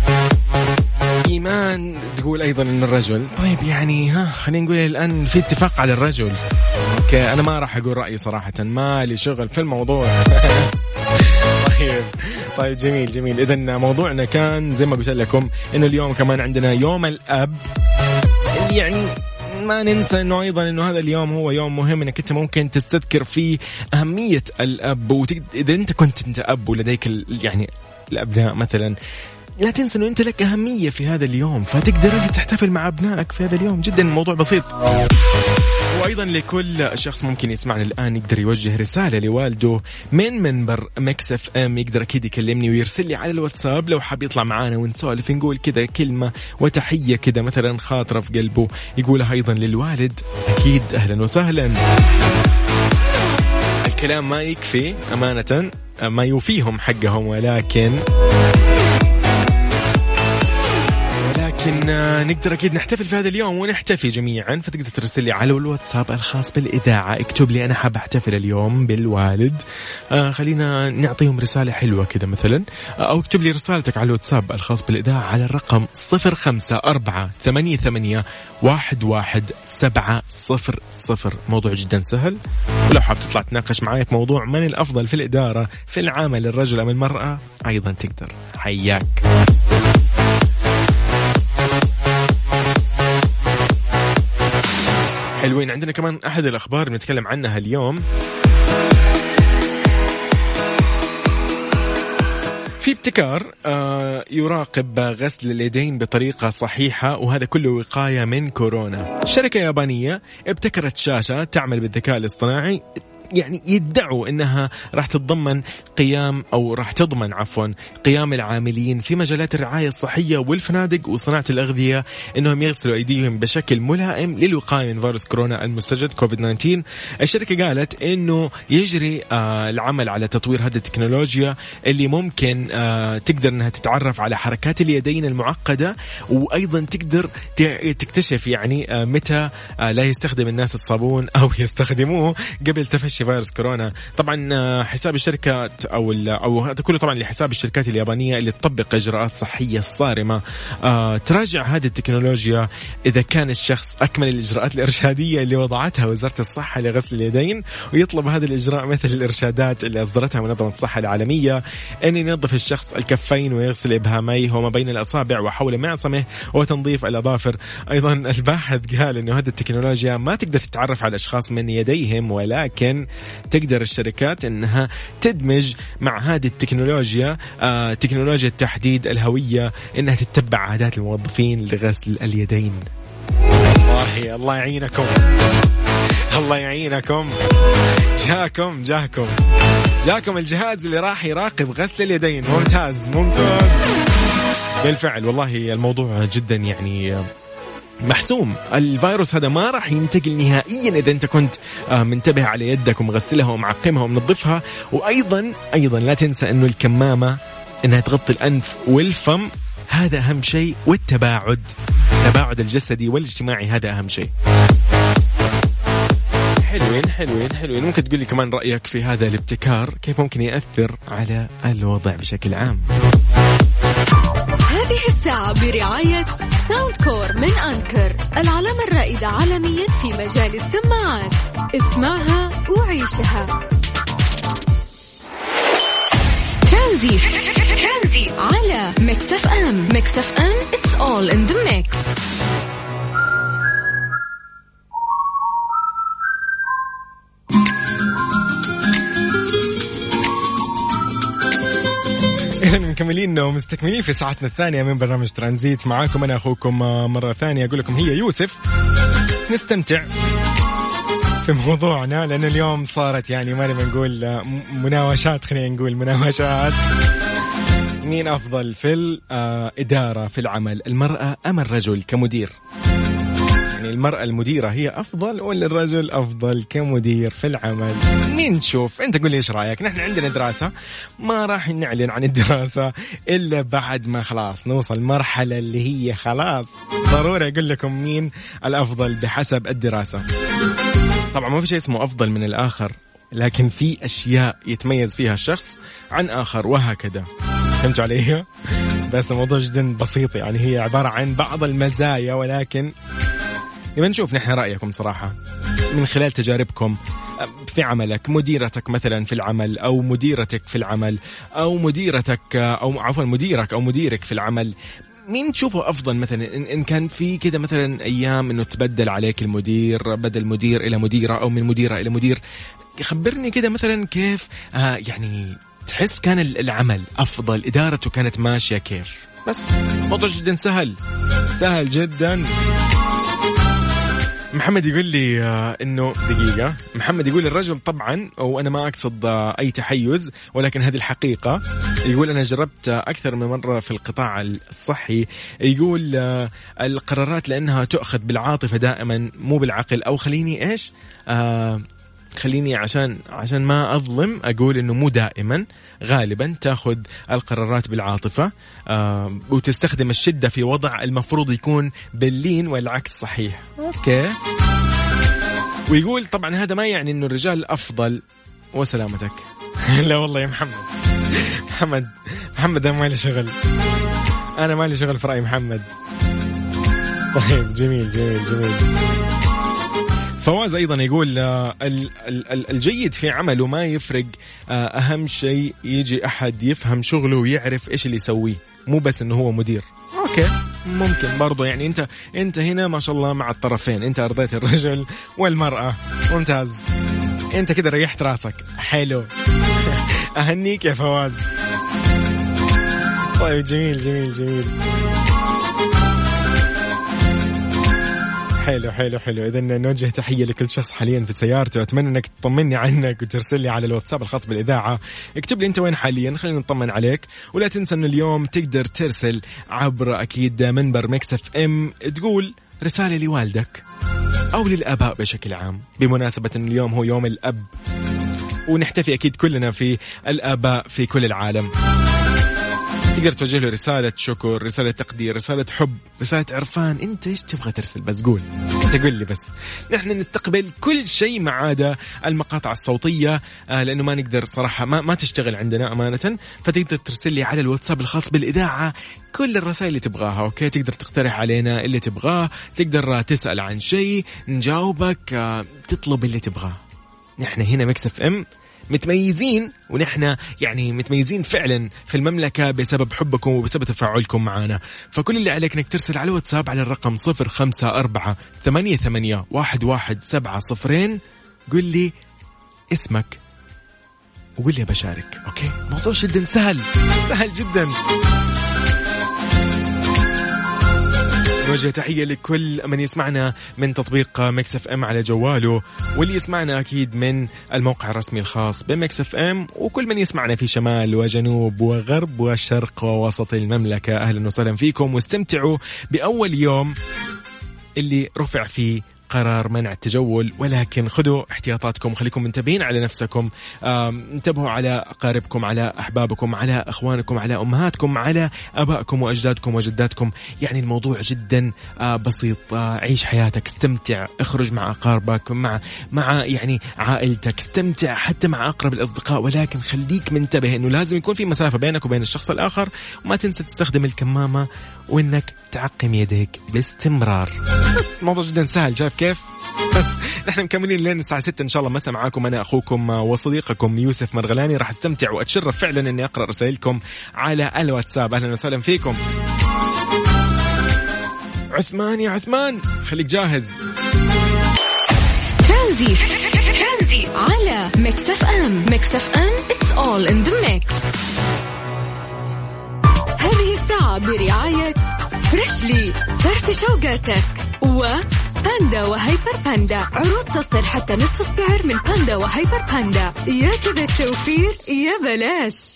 إيمان تقول أيضا إن الرجل. طيب يعني ها خلينا نقول الآن في اتفاق على الرجل. أوكي أنا ما راح أقول رأيي صراحة، ما لي شغل في الموضوع. طيب طيب جميل جميل. إذن موضوعنا كان زي ما قلت لكم إنه اليوم كمان عندنا يوم الأب، يعني ما ننسى إنه أيضا إنه هذا اليوم هو يوم مهم إنك أنت ممكن تستذكر فيه أهمية الأب. وتقد... إذا أنت كنت أنت أب ولديك ال... يعني الأبناء مثلا، لا تنسى أنه أنت لك أهمية في هذا اليوم، فتقدر أنت تحتفل مع أبنائك في هذا اليوم. جدا الموضوع بسيط. وأيضا لكل شخص ممكن يسمعنا الآن يقدر يوجه رسالة لوالده من منبر ميكس اف ام، يقدر أكيد يكلمني ويرسل لي على الواتساب لو حاب يطلع معانا ونسولف، نقول كذا كلمة وتحية كذا مثلا خاطرة في قلبه يقولها أيضا للوالد. أكيد أهلا وسهلا. الكلام ما يكفي أمانة، ما يوفيهم حقهم، ولكن لكن نقدر أكيد نحتفل في هذا اليوم ونحتفي جميعا. فتقدر ترسل لي على الواتساب الخاص بالإذاعة، اكتب لي أنا حاب أحتفل اليوم بالوالد، آه خلينا نعطيهم رسالة حلوة كذا مثلا، أو اكتب لي رسالتك على الواتساب الخاص بالإذاعة على الرقم صفر خمسة أربعة ثمانية ثمانية واحد واحد سبعة صفر صفر. موضوع جدا سهل، ولو حاب تطلع تناقش معايا في موضوع من الأفضل في الإدارة في العمل، الرجل أم المرأة، أيضا تقدر. حياك. حلوين. عندنا كمان أحد الأخبار بنتكلم عنها اليوم. في ابتكار آه يراقب غسل اليدين بطريقة صحيحة، وهذا كله وقاية من كورونا. شركة يابانية ابتكرت شاشة تعمل بالذكاء الاصطناعي، يعني يدعوا أنها راح تتضمن قيام أو راح تضمن عفوا قيام العاملين في مجالات الرعاية الصحية والفنادق وصناعة الأغذية أنهم يغسلوا أيديهم بشكل ملائم للوقاية من فيروس كورونا المستجد كوفيد تسعة عشر. الشركة قالت أنه يجري آه العمل على تطوير هذه التكنولوجيا اللي ممكن آه تقدر أنها تتعرف على حركات اليدين المعقدة، وأيضا تقدر تكتشف يعني آه متى آه لا يستخدم الناس الصابون أو يستخدموه قبل تفشي شيء فيروس كورونا. طبعا حساب الشركات أو أو هذا كله طبعا لحساب الشركات اليابانية اللي تطبق إجراءات صحية صارمة. آه تراجع هذه التكنولوجيا إذا كان الشخص أكمل الإجراءات الإرشادية اللي وضعتها وزارة الصحة لغسل اليدين، ويطلب هذا الإجراء مثل الإرشادات اللي أصدرتها منظمة الصحة العالمية أن ينظف الشخص الكفين ويغسل إبهاميه وما بين الأصابع وحول معصمه وتنظيف الأظافر. أيضا الباحث قال أنه هذه التكنولوجيا ما تقدر تتعرف على الأشخاص من يديهم، ولكن تقدر الشركات أنها تدمج مع هذه التكنولوجيا آه تكنولوجيا تحديد الهوية أنها تتبع عادات الموظفين لغسل اليدين. والله الله يعينكم، الله يعينكم. جاكم جاكم جاكم الجهاز اللي راح يراقب غسل اليدين. ممتاز ممتاز بالفعل. والله الموضوع جدا يعني محسوم. الفيروس هذا ما راح ينتقل نهائيا إذا أنت كنت منتبه على يدك ومغسلها ومعقمها ومنظفها. وأيضا أيضا لا تنسى أنه الكمامة أنها تغطي الأنف والفم، هذا أهم شيء، والتباعد التباعد الجسدي والاجتماعي هذا أهم شيء. حلوين حلوين حلوين. ممكن تقول لي كمان رأيك في هذا الابتكار، كيف ممكن يأثر على الوضع بشكل عام؟ هذه الساعة برعاية ساوند كور من أنكر، العلامة الرائدة عالميا في مجال السماعات. اسمعها وعيشها. ترانزيت على ميكس اف ام. ميكس اف ام it's all in the mix. إذن مكملين ومستكملين في ساعتنا الثانية من برنامج ترانزيت. معاكم أنا أخوكم مرة ثانية أقول لكم هي يوسف. نستمتع في موضوعنا لأن اليوم صارت يعني ما نبي نقول مناوشات، خلينا نقول مناوشات. مين أفضل في الإدارة في العمل، المرأة أم الرجل كمدير؟ يعني المرأة المديرة هي أفضل ولا الرجل أفضل كمدير في العمل؟ مين نشوف؟ أنت قول لي إيش رأيك. نحن عندنا دراسة ما راح نعلن عن الدراسة إلا بعد ما خلاص نوصل المرحلة اللي هي خلاص ضروري أقول لكم مين الأفضل بحسب الدراسة. طبعا ما في شيء اسمه أفضل من الآخر، لكن في أشياء يتميز فيها الشخص عن آخر وهكذا. فهمتوا علي؟ بس الموضوع جدا بسيط، يعني هي عبارة عن بعض المزايا، ولكن نبي نشوف نحن رأيكم صراحة من خلال تجاربكم في عملك. مديرتك مثلا في العمل، أو مديرتك في العمل، أو مديرتك أو عفوا مديرك أو مديرك في العمل، مين تشوفه أفضل؟ مثلا إن كان في كده مثلا أيام إنه تبدل عليك المدير، بدل مدير إلى مديرة أو من مديرة إلى مدير، خبرني كده مثلا كيف آه يعني تحس كان العمل أفضل، إدارته كانت ماشية كيف؟ بس موضوع جدا سهل سهل جدا. محمد يقول لي آه إنه دقيقة، محمد يقول الرجل طبعا، وأنا ما أقصد آه أي تحيز، ولكن هذه الحقيقة. يقول أنا جربت آه أكثر من مرة في القطاع الصحي. يقول آه القرارات لأنها تؤخذ بالعاطفة دائما مو بالعقل، أو خليني إيش آه خليني عشان عشان ما أظلم أقول إنه مو دائما، غالبا تأخذ القرارات بالعاطفة آه وتستخدم الشدة في وضع المفروض يكون باللين، والعكس صحيح. أوكي. ويقول طبعا هذا ما يعني إنه الرجال أفضل وسلامتك. لا والله يا محمد محمد محمد أنا مالي شغل، أنا مالي شغل في رأي محمد. طيب جميل جميل جميل. فواز أيضا يقول الجيد في عمله ما يفرق، أهم شيء يجي أحد يفهم شغله ويعرف إيش اللي يسويه، مو بس إنه هو مدير. أوكي ممكن برضو، يعني أنت أنت هنا ما شاء الله مع الطرفين، أنت أرضيت الرجل والمرأة. ممتاز، أنت كده ريحت راسك. حلو. أهنيك يا فواز. طيب جميل جميل جميل. حلو حلو حلو. إذا نوجه تحية لكل شخص حاليا في سيارته. أتمنى أنك تطمني عنك وترسل لي على الواتساب الخاص بالإذاعة. اكتب لي أنت وين حاليا، خلينا نطمن عليك. ولا تنسى أن اليوم تقدر ترسل عبر أكيد منبر ميكس اف ام، تقول رسالة لوالدك أو للآباء بشكل عام، بمناسبة أن اليوم هو يوم الأب، ونحتفي أكيد كلنا في الآباء في كل العالم. تقدر توجه له رسالة شكر، رسالة تقدير، رسالة حب، رسالة عرفان. انت ايش تبغى ترسل؟ بس قول، انت قول لي بس. نحن نستقبل كل شيء ما عدا المقاطع الصوتية، آه لانه ما نقدر صراحة، ما, ما تشتغل عندنا امانة. فتقدر ترسل لي على الواتساب الخاص بالاذاعة كل الرسائل اللي تبغاها. اوكي، تقدر تقترح علينا اللي تبغاه، تقدر تسأل عن شيء نجاوبك، آه تطلب اللي تبغاه. نحن هنا ميكس اف ام متميزين، ونحن يعني متميزين فعلا في المملكة بسبب حبكم وبسبب تفاعلكم معنا. فكل اللي عليك انك ترسل على الواتساب على الرقم صفر خمسة أربعة ثمانية ثمانية واحد واحد سبعة صفرين. قل لي اسمك وقل لي بشارك. اوكي، موضوع جدا سهل، سهل جدا. نوجه تحية لكل من يسمعنا من تطبيق ميكس اف ام على جواله، واللي يسمعنا أكيد من الموقع الرسمي الخاص بميكس اف ام، وكل من يسمعنا في شمال وجنوب وغرب وشرق ووسط المملكة. أهلا وسهلا فيكم، واستمتعوا بأول يوم اللي رفع فيه قرار منع التجول، ولكن خذوا احتياطاتكم وخليكم منتبهين على نفسكم. انتبهوا على أقاربكم، على أحبابكم، على أخوانكم، على أمهاتكم، على أبائكم وأجدادكم وجداتكم. يعني الموضوع جدا بسيط. عيش حياتك، استمتع، اخرج مع أقاربك، مع مع يعني عائلتك، استمتع حتى مع أقرب الأصدقاء، ولكن خليك منتبه إنه لازم يكون في مسافة بينك وبين الشخص الآخر، وما تنسى تستخدم الكمامة، وإنك تعقم يديك باستمرار. بس موضوع جدا سهل، شايف كيف؟ بس نحن مكملين لين الساعة ستة إن شاء الله مساء. معاكم أنا أخوكم وصديقكم يوسف مرغلاني. راح استمتع وأتشرف فعلا إني أقرأ رسائلكم على الواتساب. أهلا وسهلا فيكم. عثمان يا عثمان، خليك جاهز. ترانزي ترانزي على ميكس اف ام. ميكس اف ام it's all in the mix. هذه الساعة برعاية فريشلي، فرف شوقاتك، وباندا وهيبر باندا، عروض تصل حتى نصف السعر من باندا وهيبر باندا. يا كذا التوفير يا بلاش.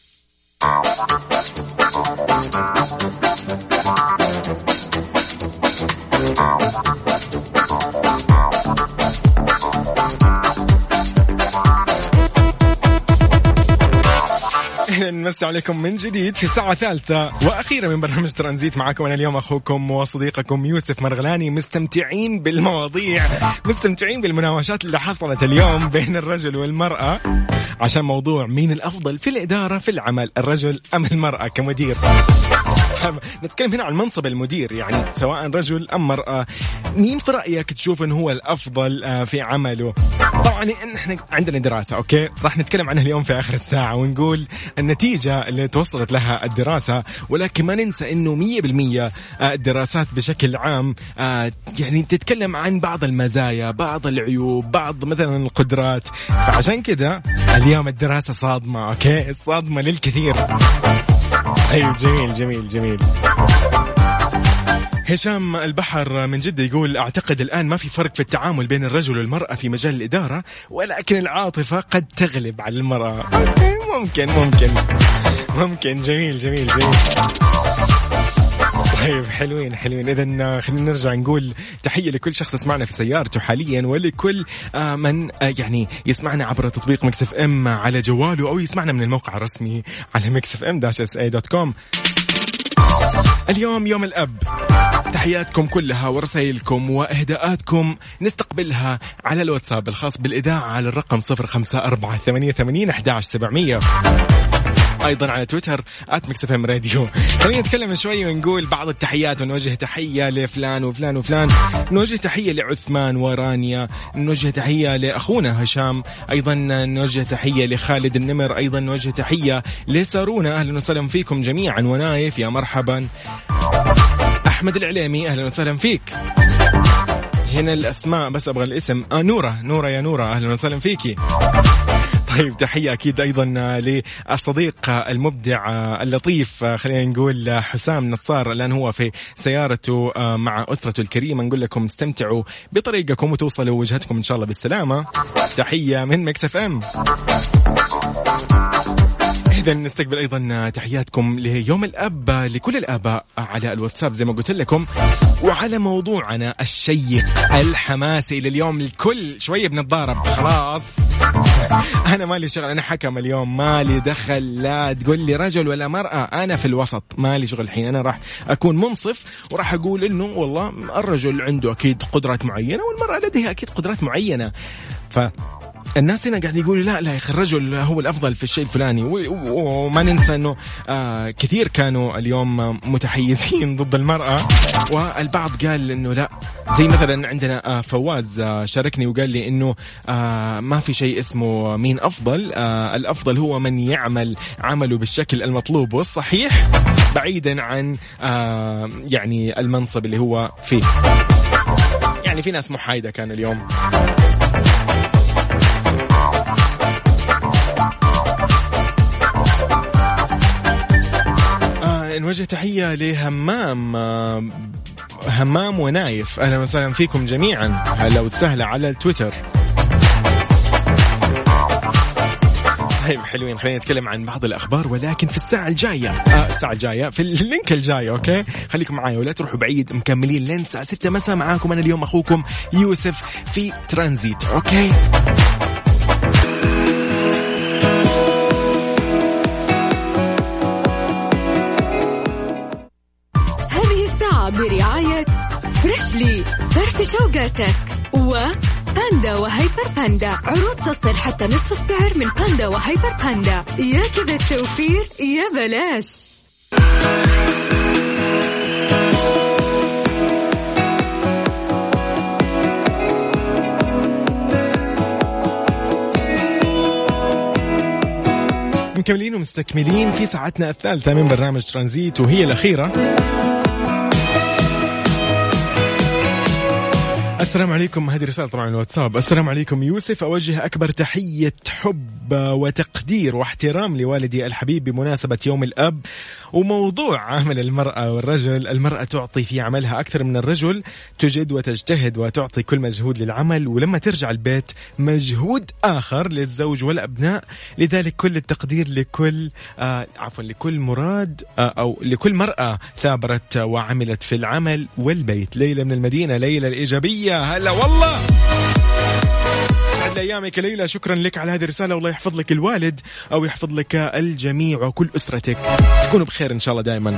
نمسي عليكم من جديد في الساعة الثالثة وأخيرا من برنامج ترانزيت. معكم أنا اليوم أخوكم وصديقكم يوسف مرغلاني. مستمتعين بالمواضيع، مستمتعين بالمناوشات اللي حصلت اليوم بين الرجل والمرأة عشان موضوع مين الأفضل في الإدارة في العمل، الرجل أم المرأة كمدير. نتكلم هنا عن منصب المدير، يعني سواء رجل أم مرأة، مين في رأيك تشوف أنه هو الأفضل في عمله؟ طبعا إحنا عندنا دراسة، أوكي، راح نتكلم عنها اليوم في آخر الساعة ونقول النتيجة اللي توصلت لها الدراسة، ولكن ما ننسى أنه مية بالمية الدراسات بشكل عام يعني تتكلم عن بعض المزايا، بعض العيوب، بعض مثلا القدرات. فعشان كده اليوم الدراسة صادمة، أوكي، صادمة للكثير. أيوة، جميل جميل جميل. هشام البحر من جدة يقول أعتقد الآن ما في فرق في التعامل بين الرجل والمرأة في مجال الإدارة، ولكن العاطفة قد تغلب على المرأة. ممكن ممكن ممكن جميل جميل جميل. طيب، حلوين حلوين. إذن خلينا نرجع نقول تحية لكل شخص يسمعنا في سيارته حاليا، ولكل من يعني يسمعنا عبر تطبيق ميكس اف ام على جواله، أو يسمعنا من الموقع الرسمي على ميكس اف ام داش اس اي دوت كوم. اليوم يوم الأب، تحياتكم كلها ورسائلكم وإهداءاتكم نستقبلها على الواتساب الخاص بالإذاعة على الرقم صفر خمسة أربعة ثمانية ثمانين أحد عشر سبعمية. أيضا على تويتر آت ميكس اف ام راديو. خلينا نتكلم شوي ونقول بعض التحيات، ونوجه تحية لفلان وفلان وفلان. نوجه تحية لعثمان ورانيا، نوجه تحية لأخونا هشام، أيضا نوجه تحية لخالد النمر، أيضا نوجه تحية لسارونا. أهلا وسهلا فيكم جميعا. ونايف يا مرحبا. أحمد العليمي أهلا وسهلا فيك. هنا الأسماء بس أبغى الاسم. آه نورة، نورة يا نورة أهلا وسهلا فيكي. طيب، تحية أكيد أيضا للصديق المبدع اللطيف، خلينا نقول حسام نصار، الآن هو في سيارته مع أسرته الكريمة. نقول لكم استمتعوا بطريقكم وتوصلوا وجهتكم إن شاء الله بالسلامة. تحية من ميكس اف ام. إذا نستقبل أيضا تحياتكم ليوم الأب لكل الآباء على الواتساب زي ما قلت لكم، وعلى موضوعنا الشيق الحماسي لليوم. الكل شوية بنتضارب خلاص. أنا مالي شغل، أنا حكم اليوم، مالي دخل، لا تقول لي رجل ولا مرأة، أنا في الوسط مالي شغل. الحين أنا راح أكون منصف وراح أقول إنه والله الرجل عنده أكيد قدرات معينة والمرأة لديها أكيد قدرات معينة. ف الناس هنا قاعد يقولوا لا لا يا أخي الرجل هو الأفضل في الشيء الفلاني، وما ننسى أنه آه كثير كانوا اليوم متحيزين ضد المرأة، والبعض قال أنه لا، زي مثلا عندنا آه فواز آه شاركني وقال لي أنه آه ما في شيء اسمه مين أفضل، آه الأفضل هو من يعمل عمله بالشكل المطلوب والصحيح بعيدا عن آه يعني المنصب اللي هو فيه. يعني في ناس محايدة كان اليوم. نوجه تحية لهمام همام ونايف، أهلا وسهلا فيكم جميعا، هلا وسهلا على التويتر. طيب حلوين، خلينا نتكلم عن بعض الأخبار ولكن في الساعة الجاية آه الساعة الجاية في اللينك الجاي. أوكي خليكم معايا ولا تروحوا بعيد، مكملين لين الساعة ستة مساء معاكم أنا اليوم أخوكم يوسف في ترانزيت. أوكي برعاية فريشلي فرف شوقاتك وباندا وهيبر باندا، عروض تصل حتى نصف السعر من باندا وهيبر باندا. يا كذا التوفير يا بلاش. مكملين ومستكملين في ساعتنا الثالثة من برنامج ترانزيت وهي الأخيرة. السلام عليكم، هذه رسالة طبعا الواتساب. السلام عليكم يوسف، أوجه أكبر تحية حب وتقدير واحترام لوالدي الحبيب بمناسبة يوم الأب وموضوع عمل المرأة والرجل. المرأة تعطي في عملها أكثر من الرجل، تجد وتجتهد وتعطي كل مجهود للعمل، ولما ترجع البيت مجهود آخر للزوج والأبناء. لذلك كل التقدير لكل آه عفوا لكل مراد آه أو لكل مرأة ثابرت وعملت في العمل والبيت. ليلى من المدينة، ليلى الإيجابية، هلا والله سعد أيامك ليلى، شكرا لك على هذه الرسالة، والله يحفظ لك الوالد أو يحفظ لك الجميع وكل أسرتك، تكونوا بخير إن شاء الله دائما.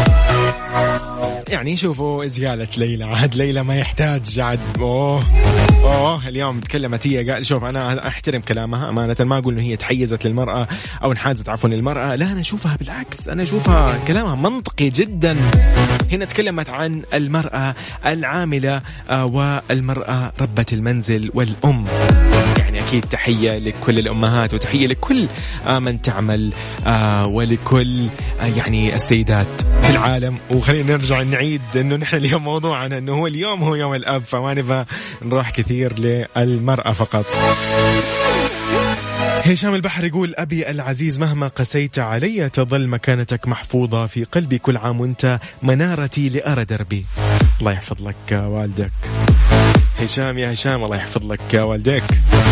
يعني شوفوا إيش قالت ليلى، عاد ليلى ما يحتاج عاد أوه أوه اليوم تكلمت هي، قال شوف أنا أحترم كلامها أمانة، ما أقول إنه هي تحيزت للمرأة أو انحازت عفوا للمرأة، لا أنا أشوفها بالعكس، أنا أشوفها كلامها منطقي جدا. هنا تكلمت عن المرأة العاملة والمرأة ربة المنزل والأم. يعني أكيد تحية لكل الأمهات وتحية لكل من تعمل ولكل يعني السيدات في العالم. وخلينا نرجع نعيد إنه نحن اليوم موضوعنا إنه هو اليوم هو يوم الأب، فما نبغى نروح كثير للمرأة فقط. هشام البحر يقول أبي العزيز مهما قسيت علي تظل مكانتك محفوظة في قلبي، كل عام وانت منارتي لأرى دربي. الله يحفظ لك والدك هشام، يا هشام الله يحفظ لك والدك.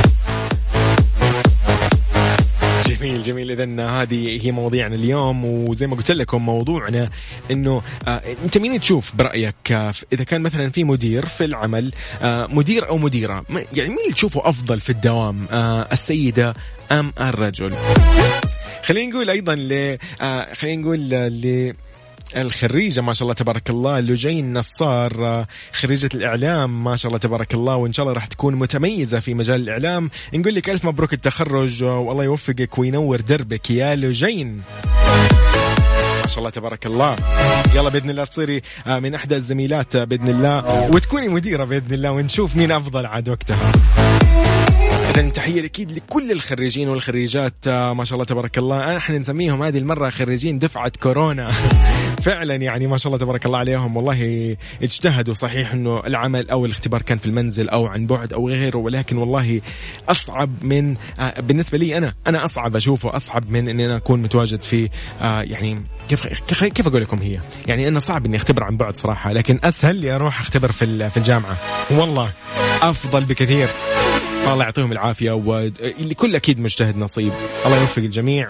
جميل جميل. إذن هذه هي مواضيعنا اليوم، وزي ما قلت لكم موضوعنا إنه آه أنت مين تشوف برأيك آه إذا كان مثلا في مدير في العمل آه مدير أو مديرة، يعني مين تشوفه أفضل في الدوام، آه السيدة أم الرجل؟ خلينا نقول أيضا ل آه خلينا نقول ل الخريجة ما شاء الله تبارك الله لجين نصار، خريجة الإعلام ما شاء الله تبارك الله، وإن شاء الله راح تكون متميزة في مجال الإعلام. نقول لك ألف مبروك التخرج والله يوفقك وينور دربك يا لجين، ما شاء الله تبارك الله. يلا بإذن الله تصيري من أحدى الزميلات بإذن الله وتكوني مديرة بإذن الله، ونشوف مين أفضل عاد وقتها. إذن تحية أكيد لكل الخريجين والخريجات ما شاء الله تبارك الله، احنا نسميهم هذه المرة خريجين دفعة كورونا فعلا، يعني ما شاء الله تبارك الله عليهم، والله اجتهدوا. صحيح انه العمل او الاختبار كان في المنزل او عن بعد او غيره، ولكن والله اصعب من بالنسبة لي انا انا اصعب اشوفه اصعب من ان انا اكون متواجد في يعني كيف كيف اقول لكم، هي يعني انا صعب اني اختبر عن بعد صراحة، لكن اسهل لي اروح اختبر في في الجامعة، والله افضل بكثير. الله يعطيهم العافية، ولكل أكيد مجتهد نصيب، الله يوفق الجميع.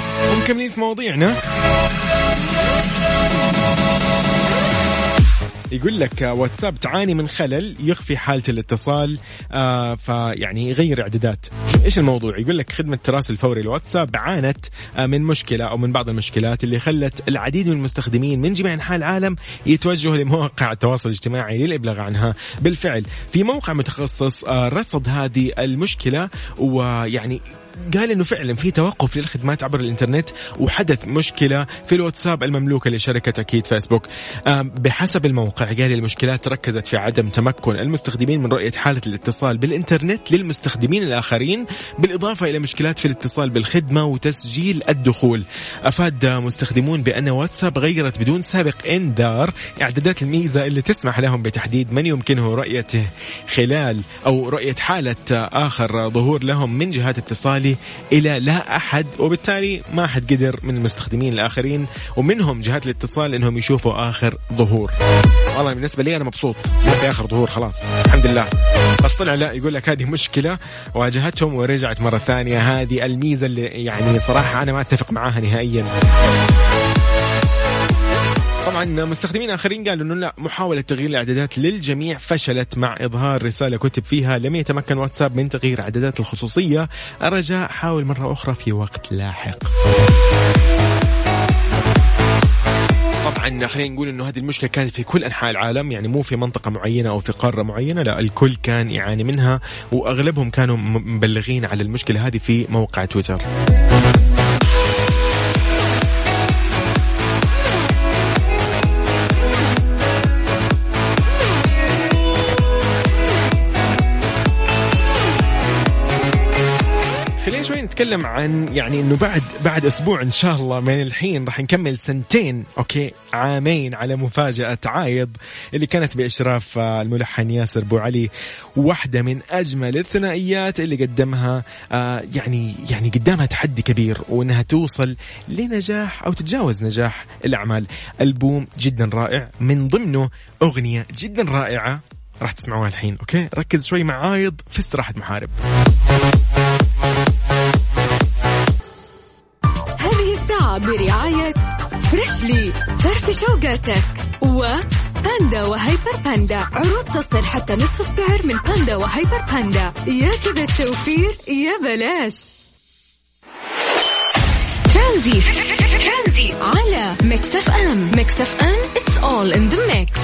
ومكملين في مواضيعنا. يقول لك واتساب تعاني من خلل يخفي حالة الاتصال، آه فيعني يغير إعدادات. إيش الموضوع؟ يقول لك خدمة التراسل الفوري الواتساب عانت آه من مشكلة أو من بعض المشكلات اللي خلت العديد من المستخدمين من جميع أنحاء العالم يتوجهوا لمواقع التواصل الاجتماعي للإبلاغ عنها. بالفعل في موقع متخصص آه رصد هذه المشكلة، ويعني قال إنه فعلا في توقف للخدمات عبر الإنترنت وحدث مشكلة في الواتساب المملوكة لشركة أكيد فيسبوك. بحسب الموقع قال المشكلات ركزت في عدم تمكن المستخدمين من رؤية حالة الاتصال بالإنترنت للمستخدمين الآخرين، بالإضافة إلى مشكلات في الاتصال بالخدمة وتسجيل الدخول. أفاد مستخدمون بأن واتساب غيرت بدون سابق إنذار إعدادات الميزة اللي تسمح لهم بتحديد من يمكنه رؤيته خلال أو رؤية حالة آخر ظهور لهم من جهات اتصال إلى لا أحد، وبالتالي ما أحد قدر من المستخدمين الآخرين ومنهم جهات الاتصال إنهم يشوفوا آخر ظهور. والله بالنسبة لي أنا مبسوط في آخر ظهور خلاص الحمد لله. بس طلع لا، يقول لك هذه مشكلة واجهتهم ورجعت مرة ثانية. هذه الميزة اللي يعني صراحة أنا ما أتفق معاها نهائيا. طبعا مستخدمين آخرين قالوا إنه لا، محاولة تغيير الإعدادات للجميع فشلت مع إظهار رسالة كتب فيها لم يتمكن واتساب من تغيير إعدادات الخصوصية، الرجاء حاول مرة أخرى في وقت لاحق. طبعا خلينا نقول إنه هذه المشكلة كانت في كل أنحاء العالم، يعني مو في منطقة معينة أو في قارة معينة، لا الكل كان يعاني منها، وأغلبهم كانوا مبلغين على المشكلة هذه في موقع تويتر. خلينا شوي نتكلم عن يعني انه بعد بعد اسبوع ان شاء الله من الحين راح نكمل سنتين، اوكي عامين على مفاجأة عايض اللي كانت باشراف الملحن ياسر بوعلي، واحدة من اجمل الثنائيات اللي قدمها. آه يعني يعني قدامها تحدي كبير وانها توصل لنجاح او تتجاوز نجاح الاعمال. ألبوم جدا رائع، من ضمنه اغنية جدا رائعة راح تسمعوها الحين. اوكي ركز شوي مع عايض في استراحة محارب. هذه الساعة برعاية فريشلي فرف شوقاتك، وباندا وهيبر باندا، عروض تصل حتى نصف السعر من باندا وهيبر باندا. يا كذا التوفير يا بلاش. ترانزي على ميكس اف ام. ميكس اف ام it's all in the mix.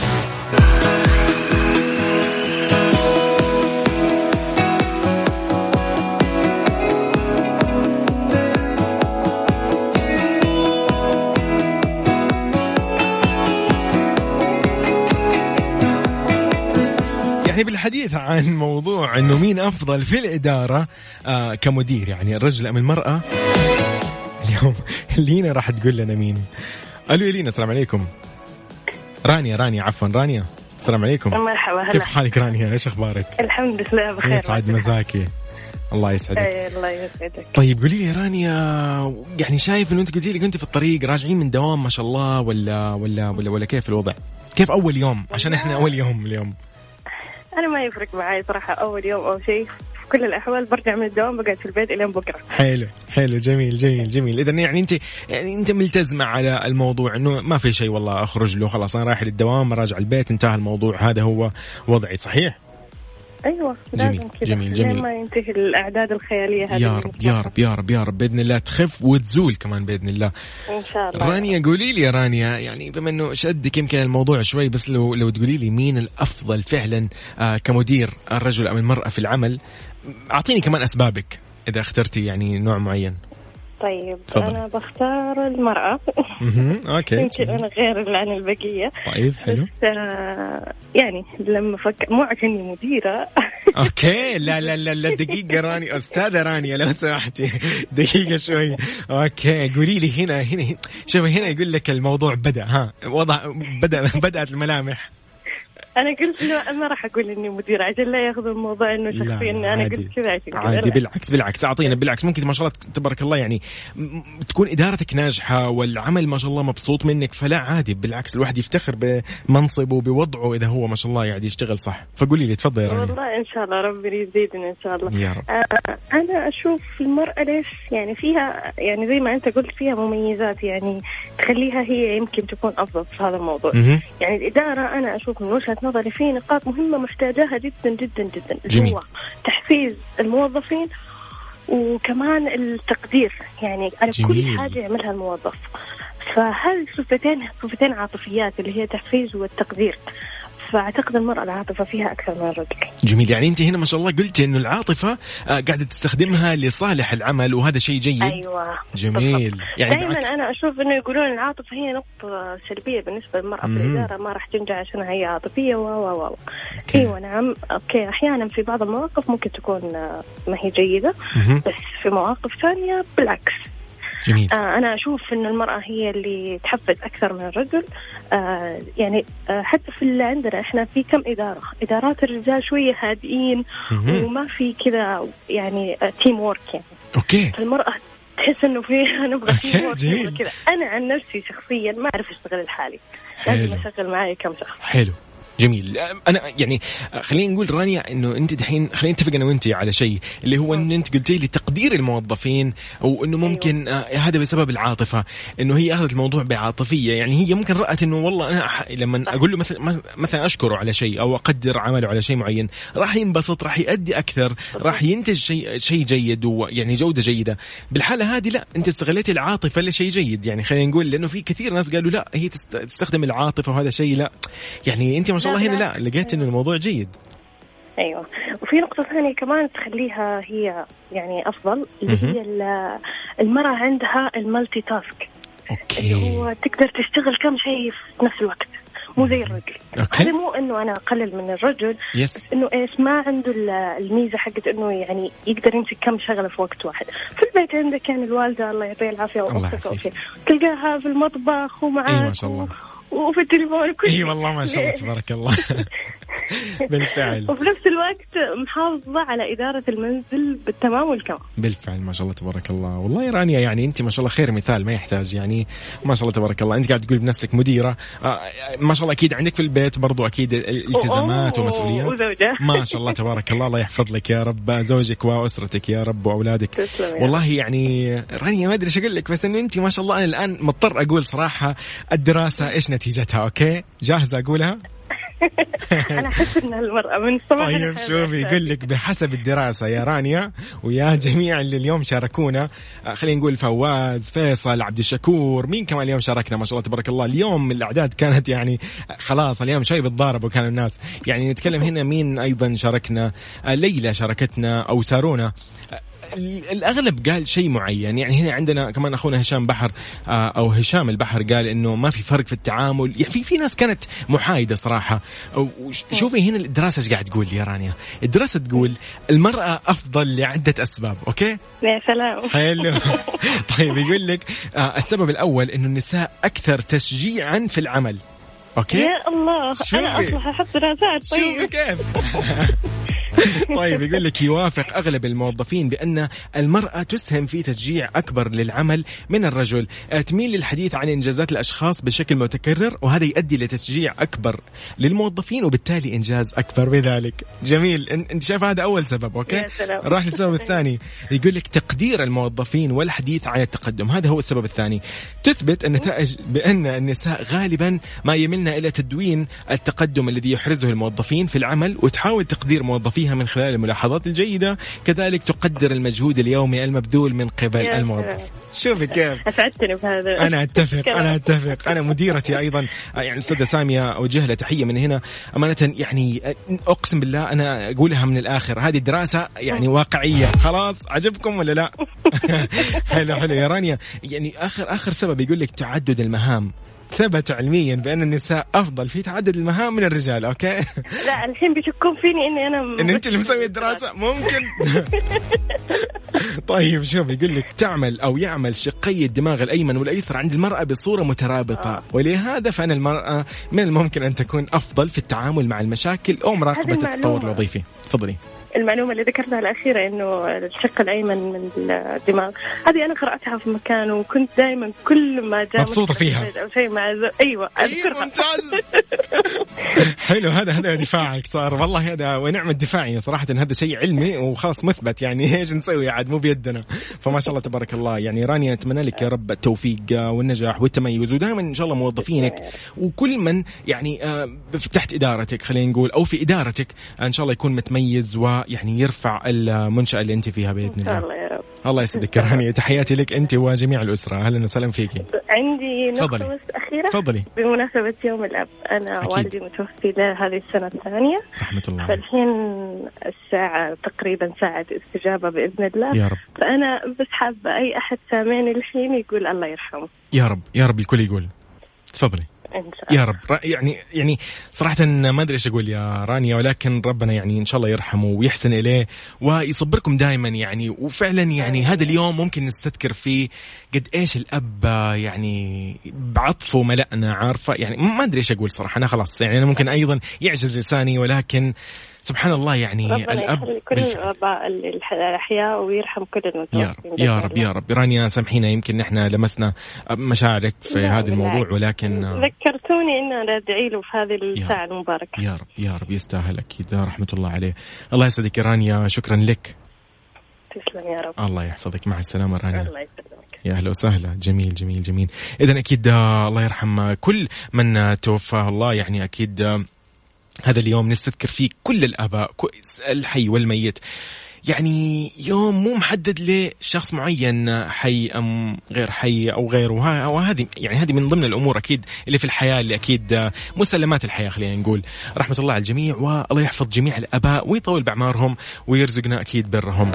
يعني بالحديث عن موضوع انه مين افضل في الاداره آه كمدير، يعني الرجل ام المراه، اليوم لينا راح تقول لنا مين. الو لينا، السلام عليكم. رانيا رانيا عفوا رانيا، السلام عليكم. مرحبا، هلا. كيف حالك رانيا؟ ايش اخبارك؟ الحمد لله بخير. يسعد مساكي. الله يسعدك. أي الله يسعدك. طيب قولي لي رانيا، يعني شايف انه انت قلتي لي كنت في الطريق راجعين من دوام ما شاء الله، ولا ولا ولا, ولا كيف الوضع؟ كيف اول يوم؟ عشان احنا اول يوم اليوم. أنا ما يفرق معي صراحة أول يوم أو شيء، في كل الأحوال برجع من الدوام بقعد في البيت إلى بكرة. حلو حلو جميل جميل جميل. إذا يعني أنت يعني أنت ملتزمة على الموضوع إنه ما في شيء والله أخرج له خلاص، أنا رايح للدوام راجع البيت انتهى الموضوع، هذا هو وضعي صحيح؟ أيوة جميل جميل جميل. ما ينتهي الأعداد الخيالية هذه. يا رب يا رب يا رب يا رب بإذن الله تخف وتزول كمان بإذن الله إن شاء الله. رانيا قولي لي يا رانيا، يعني بما إنه شدك يمكن الموضوع شوي، بس لو لو تقولي لي مين الأفضل فعلا آه كمدير، الرجل أم المرأة في العمل؟ أعطيني كمان أسبابك إذا اخترتي يعني نوع معين. طيب فضل. أنا بختار المرأة. أوكي. يمكن أنا غير عن البقية. طيب حلو. بس آه يعني لما فكر مو عشاني مديرة. أوكي لا لا لا لا دقيقة راني، أستاذة رانيا لو سمحتي دقيقة شوي. أوكي قولي لي هنا هنا شوفي هنا يقول لك الموضوع بدأ ها وضع بدأ بدأت الملامح. أنا قلت له ما راح أقول إني مدير عشان لا ياخذ الموضوع إنه شخصيا إن أنا قلت كذا عشان كذا. عادي بالعكس بالعكس أعطينا بالعكس ممكن ما شاء الله تبارك الله يعني تكون إدارتك ناجحة والعمل ما شاء الله مبسوط منك فلا عادي بالعكس الواحد يفتخر بمنصبه وبوضعه إذا هو ما شاء الله يعني يشتغل صح. فقولي لي تفضل يا رانيا. والله إن شاء الله ربي يزيدنا إن شاء الله يا رب. آه أنا أشوف المرأة ليش يعني فيها يعني زي ما أنت قلت فيها مميزات يعني تخليها هي يمكن تكون أفضل في هذا الموضوع. م-م. يعني الإدارة أنا أشوف من وجهة نظري في نقاط مهمة محتاجاها جدا جدا جدا. جميل. هو تحفيز الموظفين وكمان التقدير يعني على جميل. كل حاجة يعملها الموظف. فهذه صفتين صفتين عاطفيات اللي هي تحفيز والتقدير. فأعتقد المرأة العاطفة فيها أكثر من الرجل. جميل. يعني أنت هنا ما شاء الله قلتي إنه العاطفة قاعدة تستخدمها لصالح العمل وهذا شيء جيد. أيوة. جميل. بالضبط. يعني دائما بعكس... أنا أشوف إنه يقولون العاطفة هي نقطة سلبية بالنسبة للمرأة في الإدارة ما راح تنجح عشان هي عاطفية و و و. أيوة نعم أوكي أحيانا في بعض المواقف ممكن تكون ما هي جيدة م-م. بس في مواقف ثانية بالعكس. جميل. آه أنا أشوف إن المرأة هي اللي تحفز أكثر من الرجل. آه يعني آه حتى في اللي عندنا إحنا في كم إدارة إدارات الرجال شوية هادئين وما في كذا يعني آه تيم وورك يعني. أوكي. المرأة تحس إنه فيها نبغى تيم وورك كذا. أنا عن نفسي شخصيا ما أعرف أشتغل لحالي لازم أشغل معي كم شخص. حلو. جميل. أنا يعني خلينا نقول رانيا إنه أنت دحين خلينا نتفق أنا وأنت على شيء اللي هو إن أنت قلتي لي تقدير الموظفين أو إنه ممكن أيوة. آه هذا بسبب العاطفة إنه هي أخذت الموضوع بعاطفية يعني هي ممكن رأت إنه والله أنا أح... لما أقول له مثلا مثلا أشكره على شيء أو أقدر عمله على شيء معين راح ينبسط راح يؤدي أكثر راح ينتج شيء شيء جيد ويعني جودة جيدة. بالحالة هذه لا أنت استغليتي العاطفة لشيء جيد يعني خلينا نقول لأنه في كثير ناس قالوا لا هي تستخدم العاطفة وهذا شيء لا يعني أنت ما شاء الله هنا لا لقيت إنه الموضوع جيد. أيوة. وفي نقطة ثانية كمان تخليها هي يعني أفضل اللي هي المرأة عندها المالتي تاسك. أوكي. اللي هو تقدر تشتغل كم شيء في نفس الوقت مو زي الرجل. هذا مو إنه أنا أقلل من الرجل يس. إنه إيش ما عنده الميزة حقت إنه يعني يقدر يمسك كم شغلة في وقت واحد. في البيت عندك يعني الوالدة الله يعطيها العافية وأختك أو شيء تلقاها في المطبخ ومعاك. إيه ما شاء الله. وفي التليفون كل اي والله ما شاء الله تبارك الله. بالفعل. وفي نفس الوقت محافظة على إدارة المنزل بالتمام والكمال. بالفعل ما شاء الله تبارك الله. والله يا رانيا يعني أنت ما شاء الله خير مثال ما يحتاج يعني ما شاء الله تبارك الله. أنت قاعد تقول بنفسك مديرة آه ما شاء الله أكيد عندك في البيت برضو أكيد التزامات ومسؤوليات. وزوجة. ما شاء الله تبارك الله. الله يحفظ لك يا رب زوجك وأسرتك يا رب وأولادك. والله يعني رانيا ما أدري إيش أقول لك بس إنه أنت ما شاء الله. أنا الآن مضطر أقول صراحة الدراسة إيش نتيجتها؟ أوكي جاهزة أقولها؟ أنا أحس إن المرأة من الصباح. طيب شوفي يقول لك بحسب الدراسة يا رانيا ويا جميع اللي اليوم شاركونا خلينا نقول فواز فيصل عبد الشكور مين كمان اليوم شاركنا ما شاء الله تبارك الله. اليوم الأعداد كانت يعني خلاص اليوم شوي بتضارب وكانوا الناس يعني نتكلم هنا مين أيضا شاركنا. ليلى شاركتنا أو سارونا. الأغلب قال شيء معين يعني هنا عندنا كمان أخونا هشام بحر أو هشام البحر قال إنه ما في فرق في التعامل يعني في في ناس كانت محايدة صراحة. شوفي هنا الدراسة إيش قاعد تقول يا رانيا. الدراسة تقول المرأة أفضل لعدة أسباب. أوكي يا سلام. حلو. طيب يقول لك السبب الأول إنه النساء أكثر تشجيعا في العمل. أوكي يا الله أنا أصلح أحط دراسات. طيب شوفي كيف. طيب يقول لك يوافق أغلب الموظفين بأن المرأة تسهم في تشجيع أكبر للعمل من الرجل. تميل للحديث عن إنجازات الأشخاص بشكل متكرر وهذا يؤدي لتشجيع أكبر للموظفين وبالتالي إنجاز أكبر بذلك. جميل. أنت شايف هذا أول سبب. أوكي راح للسبب الثاني يقول لك تقدير الموظفين والحديث عن التقدم. هذا هو السبب الثاني. تثبت النتائج بأن النساء غالبا ما يملن إلى تدوين التقدم الذي يحرزه الموظفين في العمل وتحاول تقدير موظفيها من خلال الملاحظات الجيدة. كذلك تقدر المجهود اليومي المبذول من قبل الموظف. شوفي كيف أسعدتني بهذا. أنا أتفق أنا أتفق أنا مديرتي أيضا يعني الأستاذة سامية أوجه لها تحية من هنا أمانة يعني أقسم بالله أنا أقولها من الآخر هذه الدراسة يعني واقعية. خلاص عجبكم ولا لا؟ حلو حلو يا رانيا. يعني آخر آخر سبب يقول لك تعدد المهام. ثبت علميا بأن النساء أفضل في تعدد المهام من الرجال. أوكي لا الحين بيشكون فيني إني أنا إن أنت اللي مسوي الدراسة ممكن. طيب شوف يقول لك تعمل أو يعمل شقي الدماغ الأيمن والأيسر عند المرأة بصورة مترابطة آه. ولهذا فإن المرأة من الممكن أن تكون أفضل في التعامل مع المشاكل أو مراقبة التطور الوظيفي. تفضلي. المعلومة اللي ذكرتها الأخيرة إنه الشق الأيمن من الدماغ هذه أنا قرأتها في مكان وكنت دائما كل ما جاء مبسوطة فيها أو شيء مع زو... أيوة أيوة ممتاز. حلو هذا هذا دفاعك صار والله هذا ونعم الدفاعي صراحة هذا شيء علمي وخاص مثبت يعني إيش نسوي عاد مو بيدنا. فما شاء الله تبارك الله يعني رانيا أتمنى لك يا رب التوفيق والنجاح والتميز ودائما إن شاء الله موظفينك وكل من يعني تحت إدارتك خلينا نقول أو في إدارتك إن شاء الله يكون متميز و يعني يرفع المنشأة اللي أنت فيها بإذن الله. الله يا رب. الله يسعدك رانيا تحياتي لك أنت وجميع الأسرة. أهلا وسهلا فيكي. عندي نقطة فضلي. بس أخيرة فضلي. بمناسبة يوم الأب أنا أكيد. والدي متوفي له هذه السنة الثانية رحمة الله. فالحين الساعة تقريبا ساعة استجابة بإذن الله يا رب. فأنا بس حابة أي أحد سامعني الحين يقول الله يرحمه. يا رب يا رب الكل يقول. تفضلي. يا رب يعني يعني صراحة ما أدري إيش أقول يا رانيا ولكن ربنا يعني إن شاء الله يرحمه ويحسن إليه ويصبركم دائما يعني وفعلا يعني هذا اليوم ممكن نستذكر فيه قد إيش الأب يعني بعطفه ملأنا عارفة يعني ما أدري إيش أقول صراحة أنا خلاص يعني أنا ممكن أيضا يعجز لساني ولكن سبحان الله يعني الأب كل الآباء الأحياء ويرحم كل المتوفين. يا رب يا رب يا رب. رانيا سامحينا يمكن نحن لمسنا مشاعرك في هذا الموضوع ولكن ذكرتوني إن أنا أدعي له في هذه الساعة المباركة. يا رب يا رب يستاهل أكيد رحمة الله عليه. الله يسعدك رانيا شكرا لك. تسلم يا رب. الله يحفظك مع السلامة رانيا. الله يسلمك. يا أهلا وسهلا. جميل جميل جميل. إذن أكيد الله يرحم كل من توفاه الله يعني أكيد هذا اليوم نستذكر فيه كل الآباء الحي والميت يعني يوم مو محدد لشخص معين حي أم غير حي أو غير وهذه يعني هذه من ضمن الأمور أكيد اللي في الحياة اللي أكيد مسلمات الحياة خلينا نقول. رحمة الله على الجميع والله يحفظ جميع الآباء ويطول بعمارهم ويرزقنا أكيد برهم.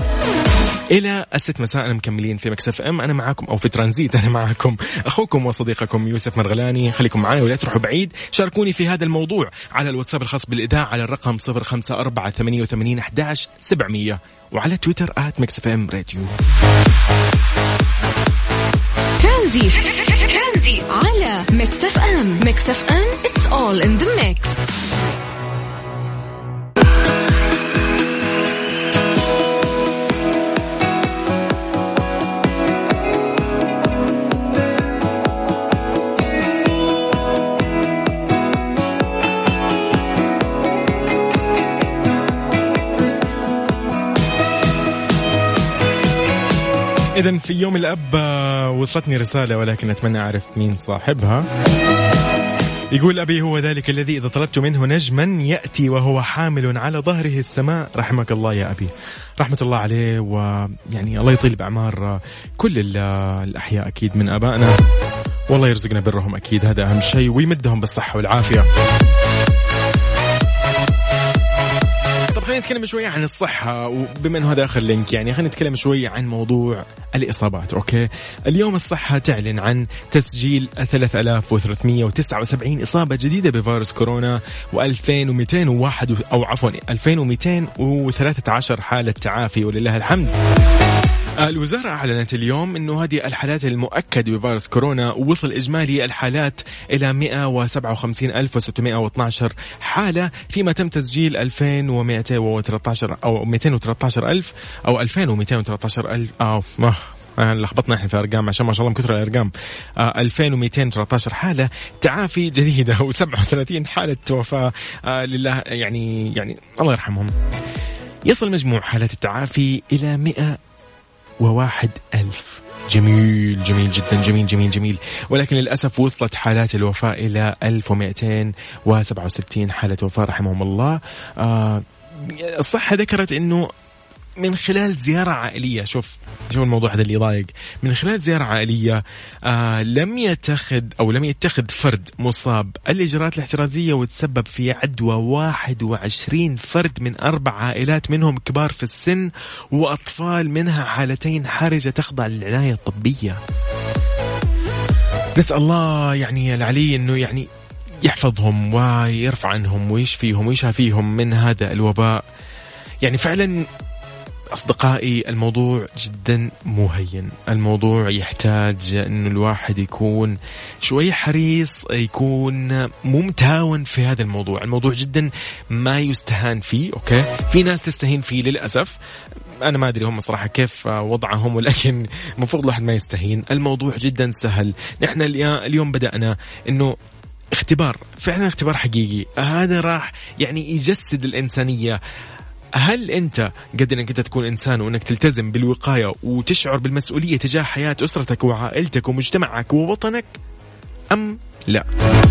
إلى الست مساء مكملين في مكسف أم أنا معاكم أو في ترانزيت أنا معاكم أخوكم وصديقكم يوسف مرغلاني. خليكم معاي ولا تروحوا بعيد. شاركوني في هذا الموضوع على الواتساب الخاص بالإذاعة على الرقم صفر خمسة أربعة ثمانية وثمانين أحد عشر سبعمية وعلى تويتر آت مكسف أم راديو. ترانزيت على مكسف أم. مكسف أم It's all in the mix. إذن في يوم الأب وصلتني رسالة ولكن أتمنى أعرف مين صاحبها. يقول أبي هو ذلك الذي إذا طلبت منه نجما يأتي وهو حامل على ظهره السماء. رحمك الله يا أبي. رحمة الله عليه ويعني الله يطيل بأعمار كل الأحياء أكيد من آبائنا والله يرزقنا برهم أكيد هذا أهم شيء ويمدهم بالصحة والعافية. خلينا نتكلم شوية عن الصحة وبما أنه هذا آخر لينك يعني خلينا نتكلم شوية عن موضوع الإصابات. أوكي اليوم الصحة تعلن عن تسجيل ثلاثة آلاف وثلاثمية وتسعة وسبعين إصابة جديدة بفيروس كورونا وألفين ومئتين وواحد أو عفوا ألفين ومئتين وثلاثة عشر حالة تعافي ولله الحمد. الوزارة أعلنت اليوم أنه هذه الحالات المؤكدة بفيروس كورونا وصل إجمالي الحالات إلى مئة وسبعة وخمسين ألف وستمئة واثني عشر حالة فيما تم تسجيل ألفين ومئتين وثلاثة عشر أو مئتين وثلاثة عشر ألف أو ألفين ومئتين وثلاثة عشر ألف أو ما لخبطنا احنا في أرقام عشان ما شاء الله من كثر الأرقام. ألفين ومئتين وثلاثة عشر حالة تعافي جديدة وسبعة وثلاثين حالة وفاة لله يعني يعني الله يرحمهم. يصل مجموع حالات التعافي إلى مئة وواحد ألف. جميل جميل جدا جميل جميل جميل ولكن للأسف وصلت حالات الوفاة إلى ألف ومئتين وسبعة وستين حالة وفاة رحمهم الله. آه الصحة ذكرت أنه من خلال زيارة عائلية شوف شوف الموضوع هذا اللي يضايق من خلال زيارة عائلية آه لم يتخذ أو لم يتخذ فرد مصاب الإجراءات الاحترازية وتسبب في عدوى واحد وعشرين فرد من أربع عائلات منهم كبار في السن وأطفال منها حالتين حرجة تخضع للعناية الطبية. نسأل الله يعني العلي أنه يعني يحفظهم ويرفع عنهم ويشفيهم ويشافيهم من هذا الوباء. يعني فعلا أصدقائي الموضوع جدا مهين، الموضوع يحتاج أنه الواحد يكون شوي حريص، يكون ممتاون في هذا الموضوع. الموضوع جدا ما يستهان فيه. أوكي، في ناس تستهين فيه للأسف، أنا ما أدري هم صراحة كيف وضعهم، ولكن مفروض الواحد ما يستهين. الموضوع جدا سهل. نحن اليوم بدأنا أنه اختبار، فعلا اختبار حقيقي، هذا راح يعني يجسد الإنسانية. هل أنت قد أنك أنت تكون إنسان وأنك تلتزم بالوقاية وتشعر بالمسؤولية تجاه حياة أسرتك وعائلتك ومجتمعك ووطنك أم لا؟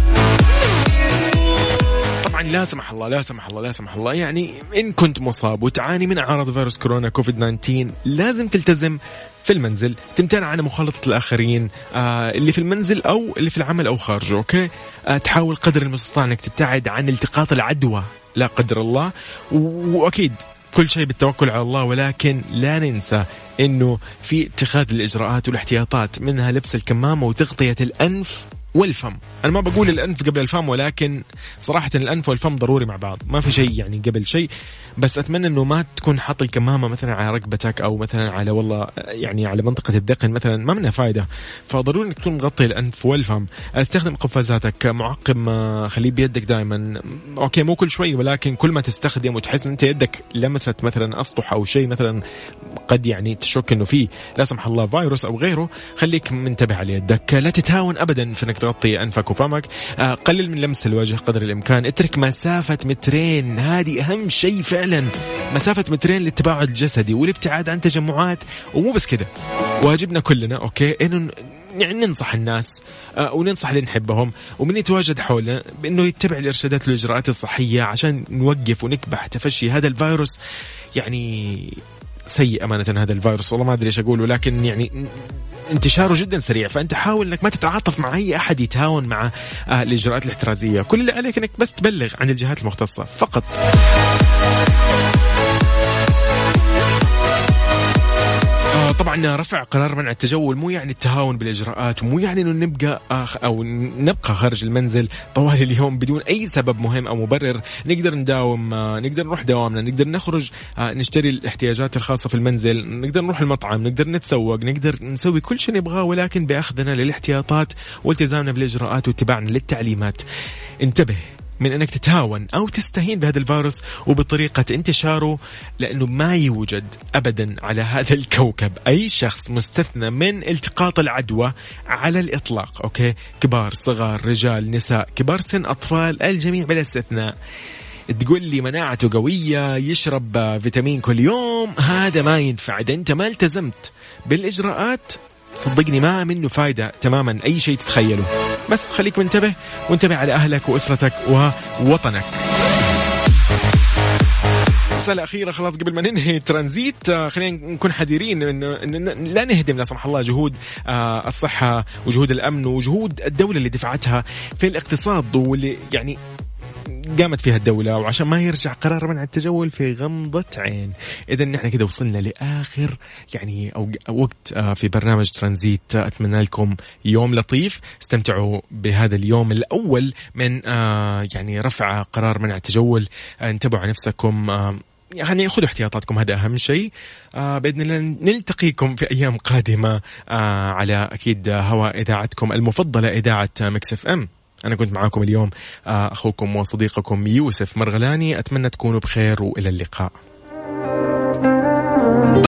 طبعا لا سمح الله لا سمح الله لا سمح الله يعني إن كنت مصاب وتعاني من أعراض فيروس كورونا كوفيد تسعة عشر لازم تلتزم في المنزل، تمتنع عن مخالطة الآخرين آه اللي في المنزل أو اللي في العمل أو خارجه. أوكي، آه تحاول قدر المستطاع أنك تبتعد عن التقاط العدوى لا قدر الله، وأكيد كل شيء بالتوكل على الله، ولكن لا ننسى أنه في اتخاذ الإجراءات والاحتياطات، منها لبس الكمامة وتغطية الأنف والفم. أنا ما بقول الأنف قبل الفم، ولكن صراحة الأنف والفم ضروري مع بعض، ما في شيء يعني قبل شيء. بس أتمنى أنه ما تكون حاط الكمامة مثلا على رقبتك أو مثلا على والله يعني على منطقة الذقن مثلا، ما منها فايدة. فضروري أنك تكون مغطي الأنف والفم. استخدم قفازاتك، معقم خليه بيدك دائما. أوكي، مو كل شوي، ولكن كل ما تستخدم وتحس أن أنت يدك لمست مثلا أسطح أو شيء مثلا قد يعني تشك أنه فيه لا سمح الله فيروس أو غيره، خليك منتبه على يدك. لا تتهاون أبدا في أنك تغطي أنفك وفمك. آه قلل من لمس الوجه قدر الإمكان. اترك مسافة مترين، هذه أهم شيء فعلا، مسافة مترين للتباعد الجسدي والابتعاد عن تجمعات. ومو بس كده، واجبنا كلنا أوكي إنه يعني ننصح الناس آه وننصح اللي نحبهم ومن يتواجد حولنا بأنه يتبع الإرشادات والإجراءات الصحية عشان نوقف ونكبح تفشي هذا الفيروس. يعني سيء أمانة هذا الفيروس، والله ما أدري إيش أقوله، لكن يعني انتشاره جدا سريع. فأنت حاول أنك ما تتعاطف مع أي أحد يتهاون مع آه الإجراءات الاحترازية. كل اللي عليك أنك بس تبلغ عن الجهات المختصة فقط. طبعا رفع قرار منع التجول مو يعني التهاون بالإجراءات، ومو يعني أنه نبقى أو نبقى خارج المنزل طوال اليوم بدون أي سبب مهم أو مبرر. نقدر نداوم، نقدر نروح دوامنا، نقدر نخرج نشتري الاحتياجات الخاصة في المنزل، نقدر نروح المطعم، نقدر نتسوق، نقدر نسوي كل شيء نبغاه، ولكن بأخذنا للاحتياطات والتزامنا بالإجراءات واتباعنا للتعليمات. انتبه من أنك تتهاون أو تستهين بهذا الفيروس وبطريقة انتشاره، لأنه ما يوجد أبدا على هذا الكوكب أي شخص مستثنى من التقاط العدوى على الإطلاق. أوكي، كبار صغار رجال نساء كبار سن أطفال، الجميع بلا استثناء. تقول لي مناعته قوية يشرب فيتامين كل يوم، هذا ما ينفع. إذا أنت ما التزمت بالإجراءات صدقني ما منه فايدة تماما أي شيء تتخيله. بس خليك منتبه وانتبه على أهلك وأسرتك ووطنك. رسالة أخيرة خلاص قبل ما ننهي ترانزيت، خلينا نكون حذرين إن لا نهدم لا سمح الله جهود الصحة وجهود الأمن وجهود الدولة اللي دفعتها في الاقتصاد واللي يعني قامت فيها الدولة، وعشان ما يرجع قرار منع التجول في غمضة عين. إذا نحن كده وصلنا لآخر يعني أو وقت في برنامج ترانزيت. أتمنى لكم يوم لطيف، استمتعوا بهذا اليوم الأول من يعني رفع قرار منع التجول. انتبهوا على نفسكم، يعني خذوا احتياطاتكم، هذا أهم شيء. آه بإذن الله نلتقيكم في أيام قادمة آه على أكيد هواء إذاعتكم المفضلة إذاعة ميكس إف إم. أنا كنت معاكم اليوم آه أخوكم وصديقكم يوسف مرغلاني. أتمنى تكونوا بخير وإلى اللقاء.